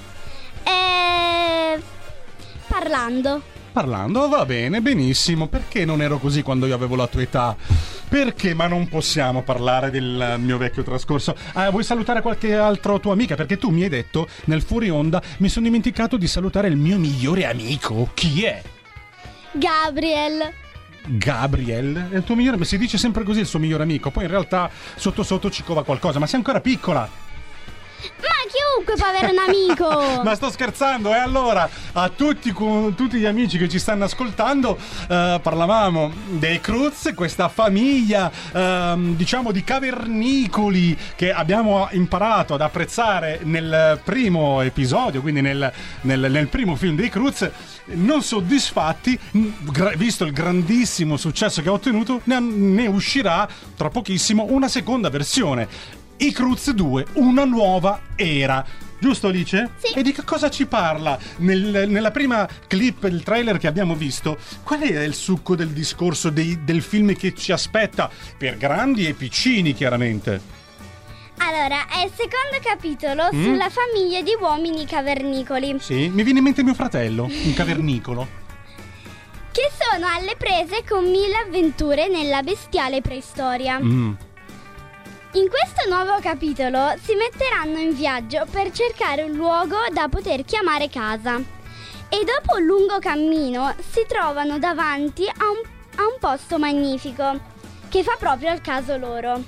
Eh, parlando. Parlando, va bene, benissimo. Perché non ero così quando io avevo la tua età? Perché? Ma non possiamo parlare del mio vecchio trascorso. Ah, vuoi salutare qualche altro tua amica? Perché tu mi hai detto nel fuori onda, mi sono dimenticato di salutare il mio migliore amico. Chi è? Gabriel. Gabriel? È il tuo migliore? Si dice sempre così, il suo migliore amico. Poi in realtà sotto sotto ci cova qualcosa. Ma sei ancora piccola. Ma chiunque può avere un amico. Ma sto scherzando, e allora a tutti, cu- tutti gli amici che ci stanno ascoltando, eh, parlavamo dei Cruz, questa famiglia ehm, diciamo di cavernicoli che abbiamo imparato ad apprezzare nel primo episodio, quindi nel, nel, nel primo film dei Cruz. Non soddisfatti, gra- visto il grandissimo successo che ha ottenuto, ne, ne uscirà tra pochissimo una seconda versione. I Cruz due, una nuova era. Giusto, Alice? Sì. E di che cosa ci parla? Nel, nella prima clip, il trailer che abbiamo visto, qual è il succo del discorso dei, del film che ci aspetta? Per grandi e piccini, chiaramente. Allora, è il secondo capitolo Mm? sulla famiglia di uomini cavernicoli, Sì? Mi viene in mente mio fratello, un cavernicolo. che sono alle prese con mille avventure nella bestiale preistoria. Mm. In questo nuovo capitolo si metteranno in viaggio per cercare un luogo da poter chiamare casa. E dopo un lungo cammino si trovano davanti a un, a un posto magnifico che fa proprio al caso loro.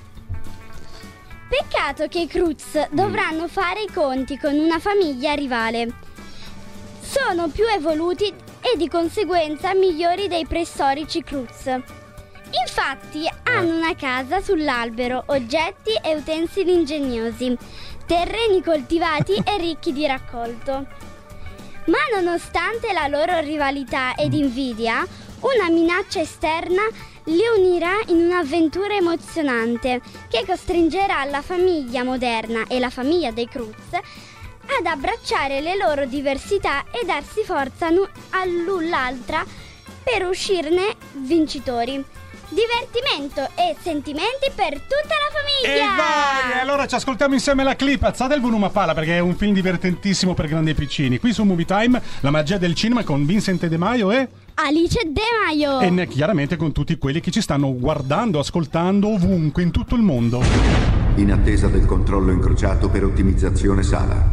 Peccato che i Cruz dovranno fare i conti con una famiglia rivale. Sono più evoluti e di conseguenza migliori dei preistorici Cruz. Infatti hanno una casa sull'albero, oggetti e utensili ingegnosi, terreni coltivati e ricchi di raccolto. Ma nonostante la loro rivalità ed invidia, una minaccia esterna li unirà in un'avventura emozionante che costringerà la famiglia moderna e la famiglia dei Cruz ad abbracciare le loro diversità e darsi forza all'un l'altra per uscirne vincitori. Divertimento e sentimenti per tutta la famiglia. E vai! Allora ci ascoltiamo insieme la clip. Alzate il volume a palla perché è un film divertentissimo per grandi e piccini. Qui su Movie Time, la magia del cinema con Vincent De Maio e Alice De Maio. E chiaramente con tutti quelli che ci stanno guardando, ascoltando ovunque in tutto il mondo. In attesa del controllo incrociato per ottimizzazione sala.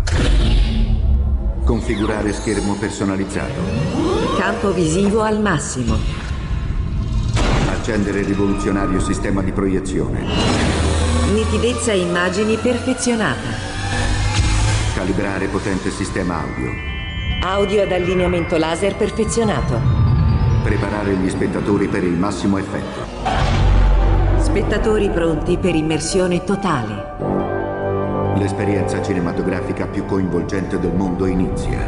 Configurare schermo personalizzato. Campo visivo al massimo. Accendere il rivoluzionario sistema di proiezione. Nitidezza e immagini perfezionata. Calibrare potente sistema audio. Audio ad allineamento laser perfezionato. Preparare gli spettatori per il massimo effetto. Spettatori pronti per immersione totale. L'esperienza cinematografica più coinvolgente del mondo inizia.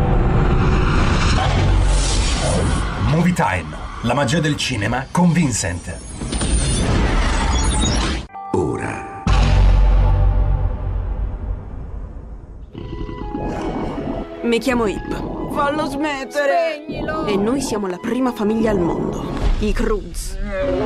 Movie Time, la magia del cinema con Vincent. Ora. Mi chiamo Ip. Fallo smettere! Spegnilo! E noi siamo la prima famiglia al mondo, i Cruz.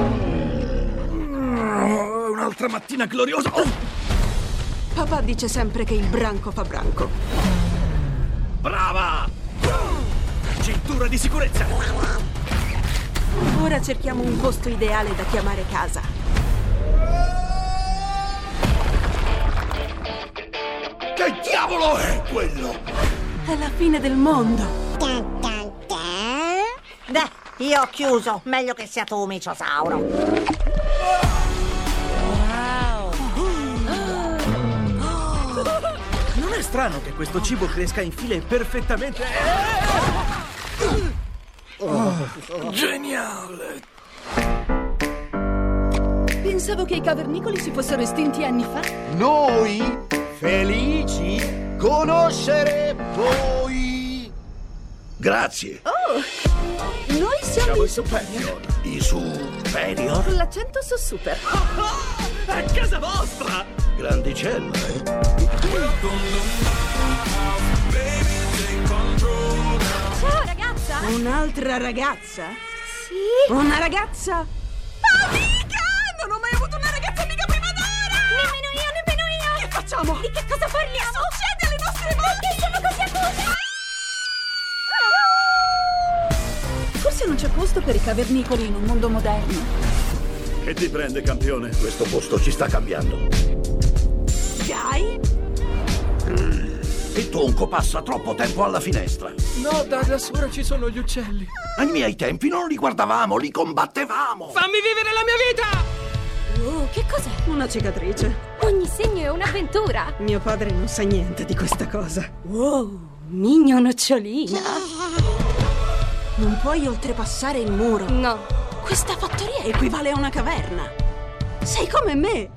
Un'altra mattina gloriosa! Oh! Papà dice sempre che il branco fa branco. Brava! Cintura di sicurezza! Ora cerchiamo un posto ideale da chiamare casa. Che diavolo è quello? È la fine del mondo. Beh, io ho chiuso. Meglio che sia tu, miciosauro. Wow! Non è strano che questo cibo cresca in file perfettamente... Oh, geniale! Pensavo che i cavernicoli si fossero estinti anni fa. Noi felici conoscere voi. Grazie. Oh, noi siamo, siamo i superior. I superior? Con l'accento su super. È casa vostra! Grandicella, eh? Ciao ragazza! Un'altra ragazza? Sì. Una ragazza? Amica! Non ho mai avuto una ragazza amica prima d'ora! Nemmeno io, nemmeno io! Che facciamo? Di che cosa parliamo? Che succede alle nostre volte? Che siamo così accuse? Forse non c'è posto per i cavernicoli in un mondo moderno. Che ti prende, campione? Questo posto ci sta cambiando. Guy? Mm. Il tonco passa troppo tempo alla finestra. No, Dad, ora ci sono gli uccelli. Ai miei tempi non li guardavamo, li combattevamo. Fammi vivere la mia vita! Oh, che cos'è? Una cicatrice. Ogni segno è un'avventura. Mio padre non sa niente di questa cosa. Wow, migno nocciolina. Non puoi oltrepassare il muro. No. Questa fattoria equivale a una caverna. Sei come me.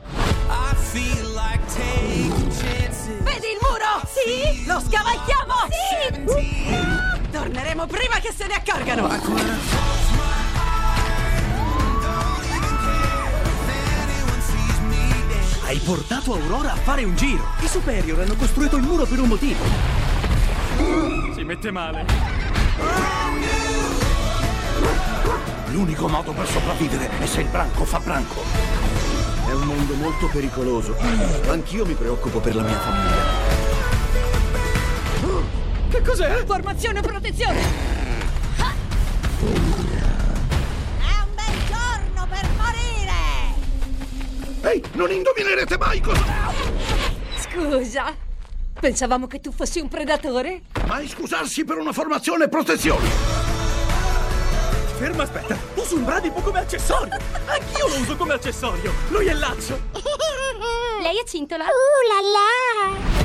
Vedi il muro? Sì. Lo scavalchiamo? Sì. Uh, torneremo prima che se ne accorgano. Hai portato Aurora a fare un giro. I Superior hanno costruito il muro per un motivo. Si mette male. L'unico modo per sopravvivere è se il branco fa branco. È un mondo molto pericoloso. Anch'io mi preoccupo per la mia famiglia. Che cos'è? Formazione o protezione! È un bel giorno per morire! Ehi, non indovinerete mai cosa... Scusa, pensavamo che tu fossi un predatore? Mai scusarsi per una formazione e protezione! Ferma, aspetta. Uso un bradipo come accessorio. Anch'io lo uso come accessorio. Lui è laccio. Lei è cintola. Uh la la!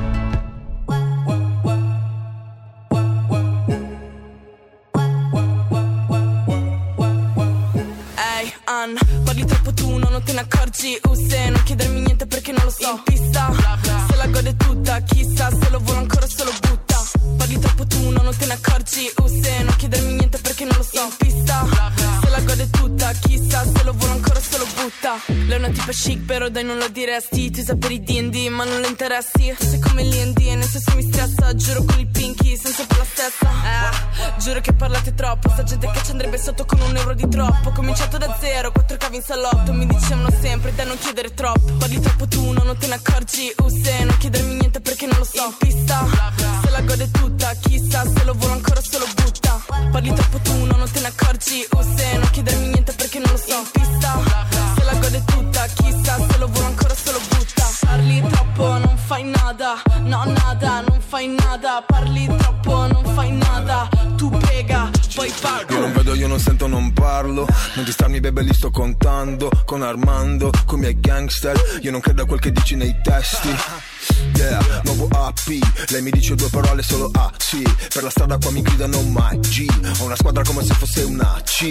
Ehi, Ann, parli troppo tu, no, non te ne accorgi. Uh, se non chiedermi niente perché non lo so. In pista, se la gode tutta, chissà se lo vuole ancora se lo butta. Parli troppo tu, no, non te ne accorgi. Uh, se non chiedermi niente perché non lo so. In pista, se la gode tutta, chissà se lo vuole ancora se lo butta. Lei è una tipa chic, però dai non lo diresti. Tu sai per i D and D, ma non le interessi. Tu sei come l'I N D e nel senso mi stressa. Giuro con il pinky, sono sempre la stessa. Eh, giuro che parlate troppo. Sta gente che ci andrebbe sotto con un euro di troppo. Ho cominciato da zero, quattro cavi in salotto. Mi dicevano sempre da non chiedere troppo. Parli troppo tu, no, non te ne accorgi. Uh, se non chiedermi niente perché non lo so. In pista, se la gode tutta, chissà se lo vuole ancora se lo butta. Parli troppo tu, no, non te ne accorgi. Uh, se non chiedermi niente perché non lo so. In pista, se la gode tutta, chissà se lo vuole ancora se lo butta. Parli troppo, non fai nada. No, nada, non fai nada. Parli troppo, non fai nada. Tu pega, poi pago. Io non vedo, io non sento, non parlo. Non distarmi, bebe, li sto contando. Con Armando, con i miei gangster. Io non credo a quel che dici nei testi. Yeah, nuovo A P. Lei mi dice due parole solo A, sì. Per la strada qua mi gridano mai G. Ho una squadra come se fosse una C.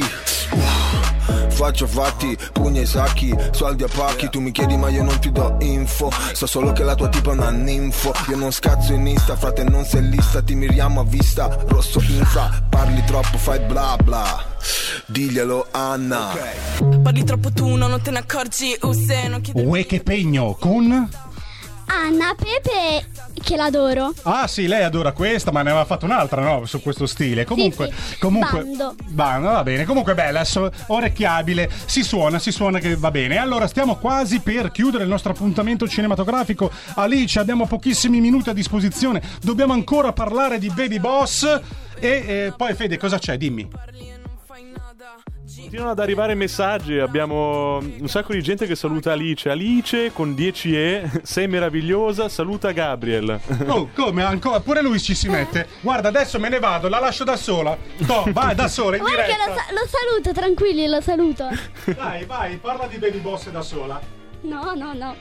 Wow. Faccio fatti, pugni ai sacchi, soldi a pacchi. Tu mi chiedi ma io non ti do info. So solo che la tua tipa è una ninfo. Io non scazzo in Insta, frate non sei lista. Ti miriamo a vista, rosso infra. Parli troppo, fai bla bla. Diglielo Anna. Okay. Parli troppo tu, no, non te ne accorgi. Uh, se non chiedi... Uè che pegno, con... Anna Pepe, che l'adoro. Ah sì, lei adora questa, ma ne aveva fatto un'altra, no? Su questo stile. Comunque, sì, sì. comunque Bando. Bando, va bene. Comunque bella, so, orecchiabile. Si suona, si suona che va bene. Allora stiamo quasi per chiudere il nostro appuntamento cinematografico. Alice, abbiamo pochissimi minuti a disposizione. Dobbiamo ancora parlare di Baby Boss. E eh, poi Fede, cosa c'è? Dimmi. Continuano ad arrivare messaggi, abbiamo un sacco di gente che saluta Alice. Alice con dieci E, sei meravigliosa, saluta Gabriel. Oh, come ancora? Pure lui ci si mette. Guarda, adesso me ne vado, la lascio da sola. No, vai da sola in Guarda diretta. che lo, sa- lo saluto, tranquilli, lo saluto. Dai, vai, parla di Baby Boss da sola. No, no, no.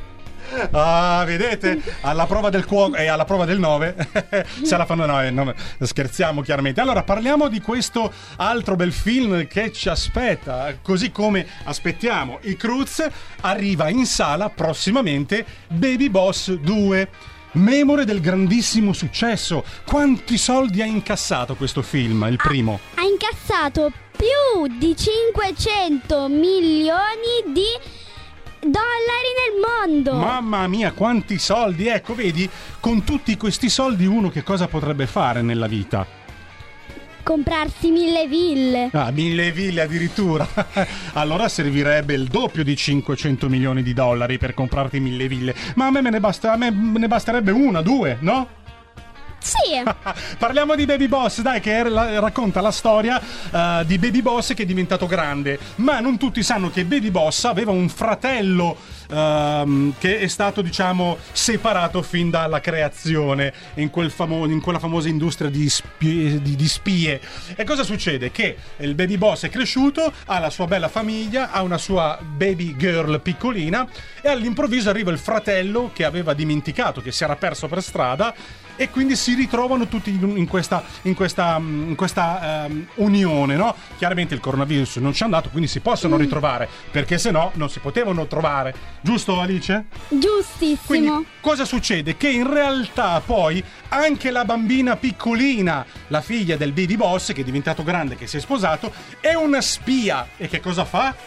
Ah, vedete? Alla prova del cuoco e alla prova del nove se la fanno, no, eh, no, scherziamo chiaramente. Allora parliamo di questo altro bel film che ci aspetta. Così come aspettiamo i Cruz, arriva in sala prossimamente Baby Boss due, memore del grandissimo successo. Quanti soldi ha incassato questo film, il primo? Ha, ha incassato più di cinquecento milioni di dollari nel mondo. Mamma mia, quanti soldi! Ecco, vedi, con tutti questi soldi uno che cosa potrebbe fare nella vita? Comprarsi mille ville. Ah, mille ville addirittura. Allora servirebbe il doppio di cinquecento milioni di dollari per comprarti mille ville. Ma a me, me ne basta, a me ne basterebbe una, due, no? Sì. Parliamo di Baby Boss, dai, che la, racconta la storia uh, di Baby Boss che è diventato grande. Ma non tutti sanno che Baby Boss aveva un fratello uh, che è stato, diciamo, separato fin dalla creazione in, quel famo- in quella famosa industria di spie-, di, di spie. E cosa succede? Che il Baby Boss è cresciuto, ha la sua bella famiglia, ha una sua baby girl piccolina e all'improvviso arriva il fratello che aveva dimenticato, che si era perso per strada. E quindi si ritrovano tutti in questa, in questa, in questa um, unione, no? Chiaramente il coronavirus non ci è andato, quindi si possono ritrovare, perché se no non si potevano trovare. Giusto, Alice? Giustissimo. Quindi cosa succede? Che in realtà poi anche la bambina piccolina, la figlia del Baby Boss, che è diventato grande, che si è sposato, è una spia. E che cosa fa?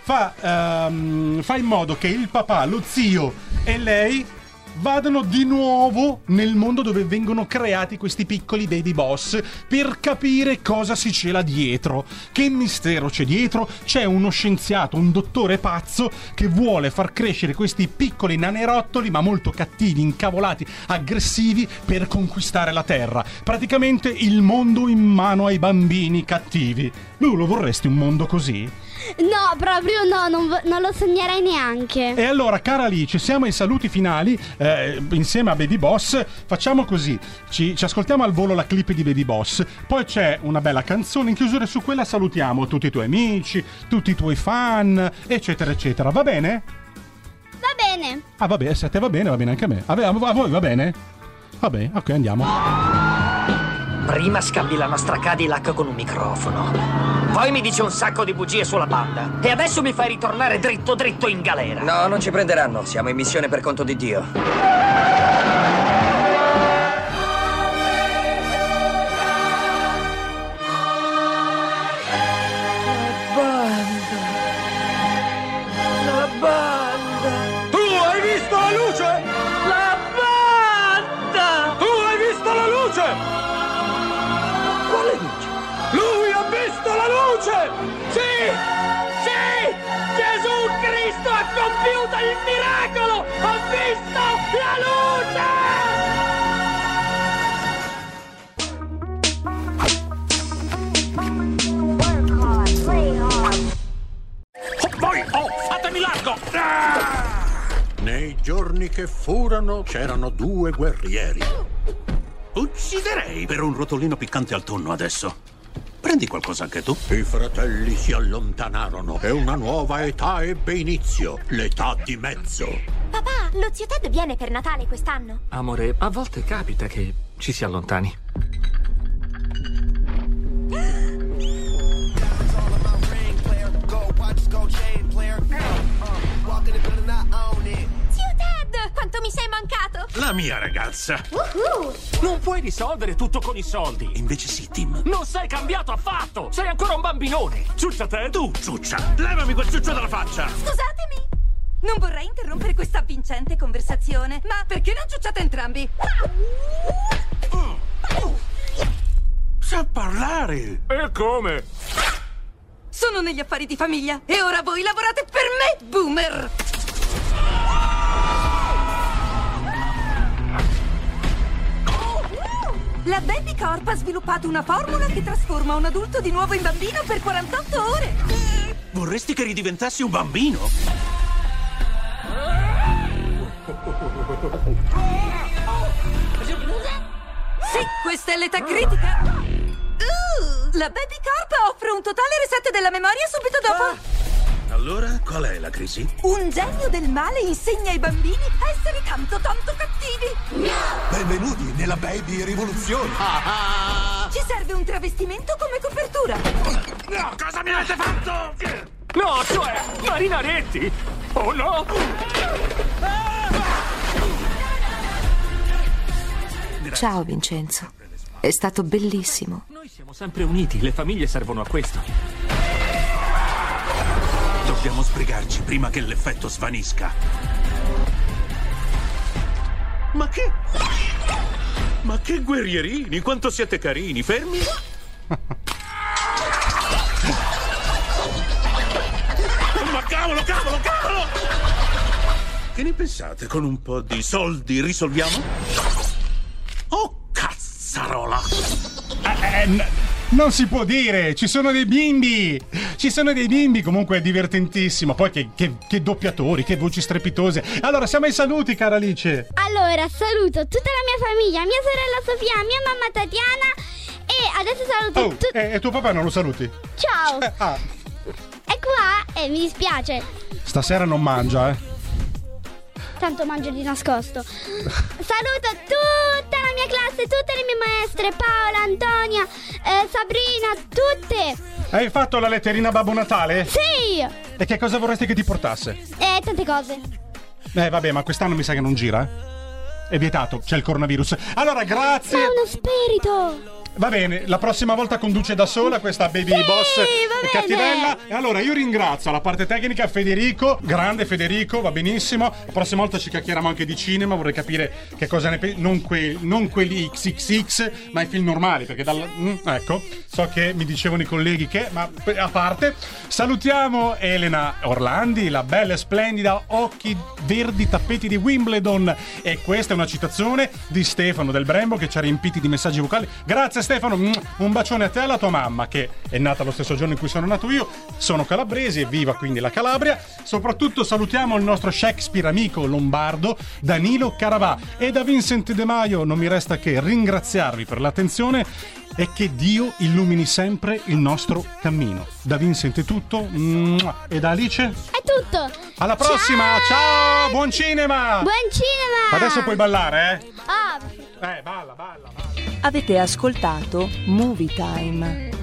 fa, ehm, fa in modo che il papà, lo zio e lei vadano di nuovo nel mondo dove vengono creati questi piccoli baby boss per capire cosa si cela dietro, che mistero c'è dietro. C'è uno scienziato, un dottore pazzo che vuole far crescere questi piccoli nanerottoli ma molto cattivi, incavolati, aggressivi per conquistare la Terra, praticamente il mondo in mano ai bambini cattivi. Tu lo vorresti un mondo così? No, proprio no, non, vo- non lo sognerei neanche. E allora, cara Alice, siamo ai saluti finali eh, insieme a Baby Boss. Facciamo così, ci, ci ascoltiamo al volo la clip di Baby Boss, poi c'è una bella canzone in chiusura, su quella salutiamo tutti i tuoi amici, tutti i tuoi fan, eccetera eccetera. Va bene? Va bene. Ah, va bene, se a te va bene, va bene anche a me. A, a voi va bene? Va bene, ok, andiamo. Prima scambi la nostra Cadillac con un microfono, poi mi dici un sacco di bugie sulla banda e adesso mi fai ritornare dritto dritto in galera. No, non ci prenderanno, siamo in missione per conto di Dio. La banda! Tu hai visto la luce? La banda! Tu hai visto la luce? Quale luce? Lui ha visto la luce! Sì! Sì! Gesù Cristo ha compiuto il miracolo! Ha visto la luce! Voi, oh, fatemi l'arco! Ah! Nei giorni che furono c'erano due guerrieri. Ucciderei per un rotolino piccante al tonno adesso. Prendi qualcosa anche tu. I fratelli si allontanarono e una nuova età ebbe inizio, l'età di mezzo. Papà, lo zio Ted viene per Natale quest'anno. Amore, a volte capita che ci si allontani. Zio Ted, quanto mi sei mancato! La mia ragazza. Uh-huh. Non puoi risolvere tutto con i soldi. Invece sì, Tim. Non sei cambiato affatto! Sei ancora un bambinone! Ciuccia te! Tu, ciuccia! Levami quel ciuccio dalla faccia! Scusatemi! Non vorrei interrompere questa avvincente conversazione, ma perché non ciucciate entrambi? Sa parlare! E come? Sono negli affari di famiglia e ora voi lavorate per me, boomer! La Baby Corp ha sviluppato una formula che trasforma un adulto di nuovo in bambino per quarantotto ore. Vorresti che ridiventassi un bambino? Sì, questa è l'età critica. Uh, la Baby Corp offre un totale reset della memoria subito dopo. Allora, qual è la crisi? Un genio del male insegna ai bambini a essere tanto tanto cattivi. Benvenuti nella Baby Rivoluzione. Ci serve un travestimento come copertura. No, cosa mi avete fatto? No, cioè, marinaretti! Oh no! Ciao Vincenzo, è stato bellissimo. Noi siamo sempre uniti, le famiglie servono a questo. Dobbiamo sbrigarci prima che l'effetto svanisca. Ma che... Ma che guerrierini, quanto siete carini, fermi? Ma cavolo, cavolo, cavolo! Che ne pensate? Con un po' di soldi risolviamo? Oh, cazzarola! Eh, eh, n- non si può dire, ci sono dei bimbi! Ci sono dei bimbi, comunque è divertentissimo. Poi che, che, che doppiatori, che voci strepitose. Allora, siamo ai saluti, cara Alice. Allora, saluto tutta la mia famiglia, mia sorella Sofia, mia mamma Tatiana e adesso saluto Oh, tu- e, e tuo papà non lo saluti? Ciao! Ah, E qua, eh, mi dispiace, stasera non mangia, eh. tanto mangio di nascosto. Saluto tutta la mia classe, tutte le mie maestre, Paola, Antonia, eh, Sabrina, tutte. Hai fatto la letterina a Babbo Natale? Sì! E che cosa vorresti che ti portasse? Eh, tante cose. Eh, vabbè, ma quest'anno mi sa che non gira, eh. È vietato, c'è il coronavirus. Allora, grazie. Ma è uno spirito! Va bene, la prossima volta conduce da sola questa baby Sì, boss va cattivella. E allora io ringrazio la parte tecnica Federico, grande Federico, va benissimo. La prossima volta ci chiacchieriamo anche di cinema, vorrei capire che cosa ne pensi, non, que- non quelli X X X, ma i film normali, perché dal mm, ecco, so che mi dicevano i colleghi che, ma a parte, salutiamo Elena Orlandi, la bella e splendida Occhi Verdi Tappeti di Wimbledon, e questa è una citazione di Stefano del Brembo che ci ha riempiti di messaggi vocali. Grazie Stefano, un bacione a te e alla tua mamma che è nata lo stesso giorno in cui sono nato io. Sono calabresi e viva quindi la Calabria. Soprattutto salutiamo il nostro Shakespeare amico lombardo Danilo Caravà, e da Vincent De Maio non mi resta che ringraziarvi per l'attenzione e che Dio illumini sempre il nostro cammino. Da Vincent è tutto, e da Alice è tutto. Alla prossima, ciao, ciao. Buon cinema. Buon cinema. Adesso puoi ballare, eh? Ah. Eh, balla, balla, balla. Avete ascoltato Movie Time.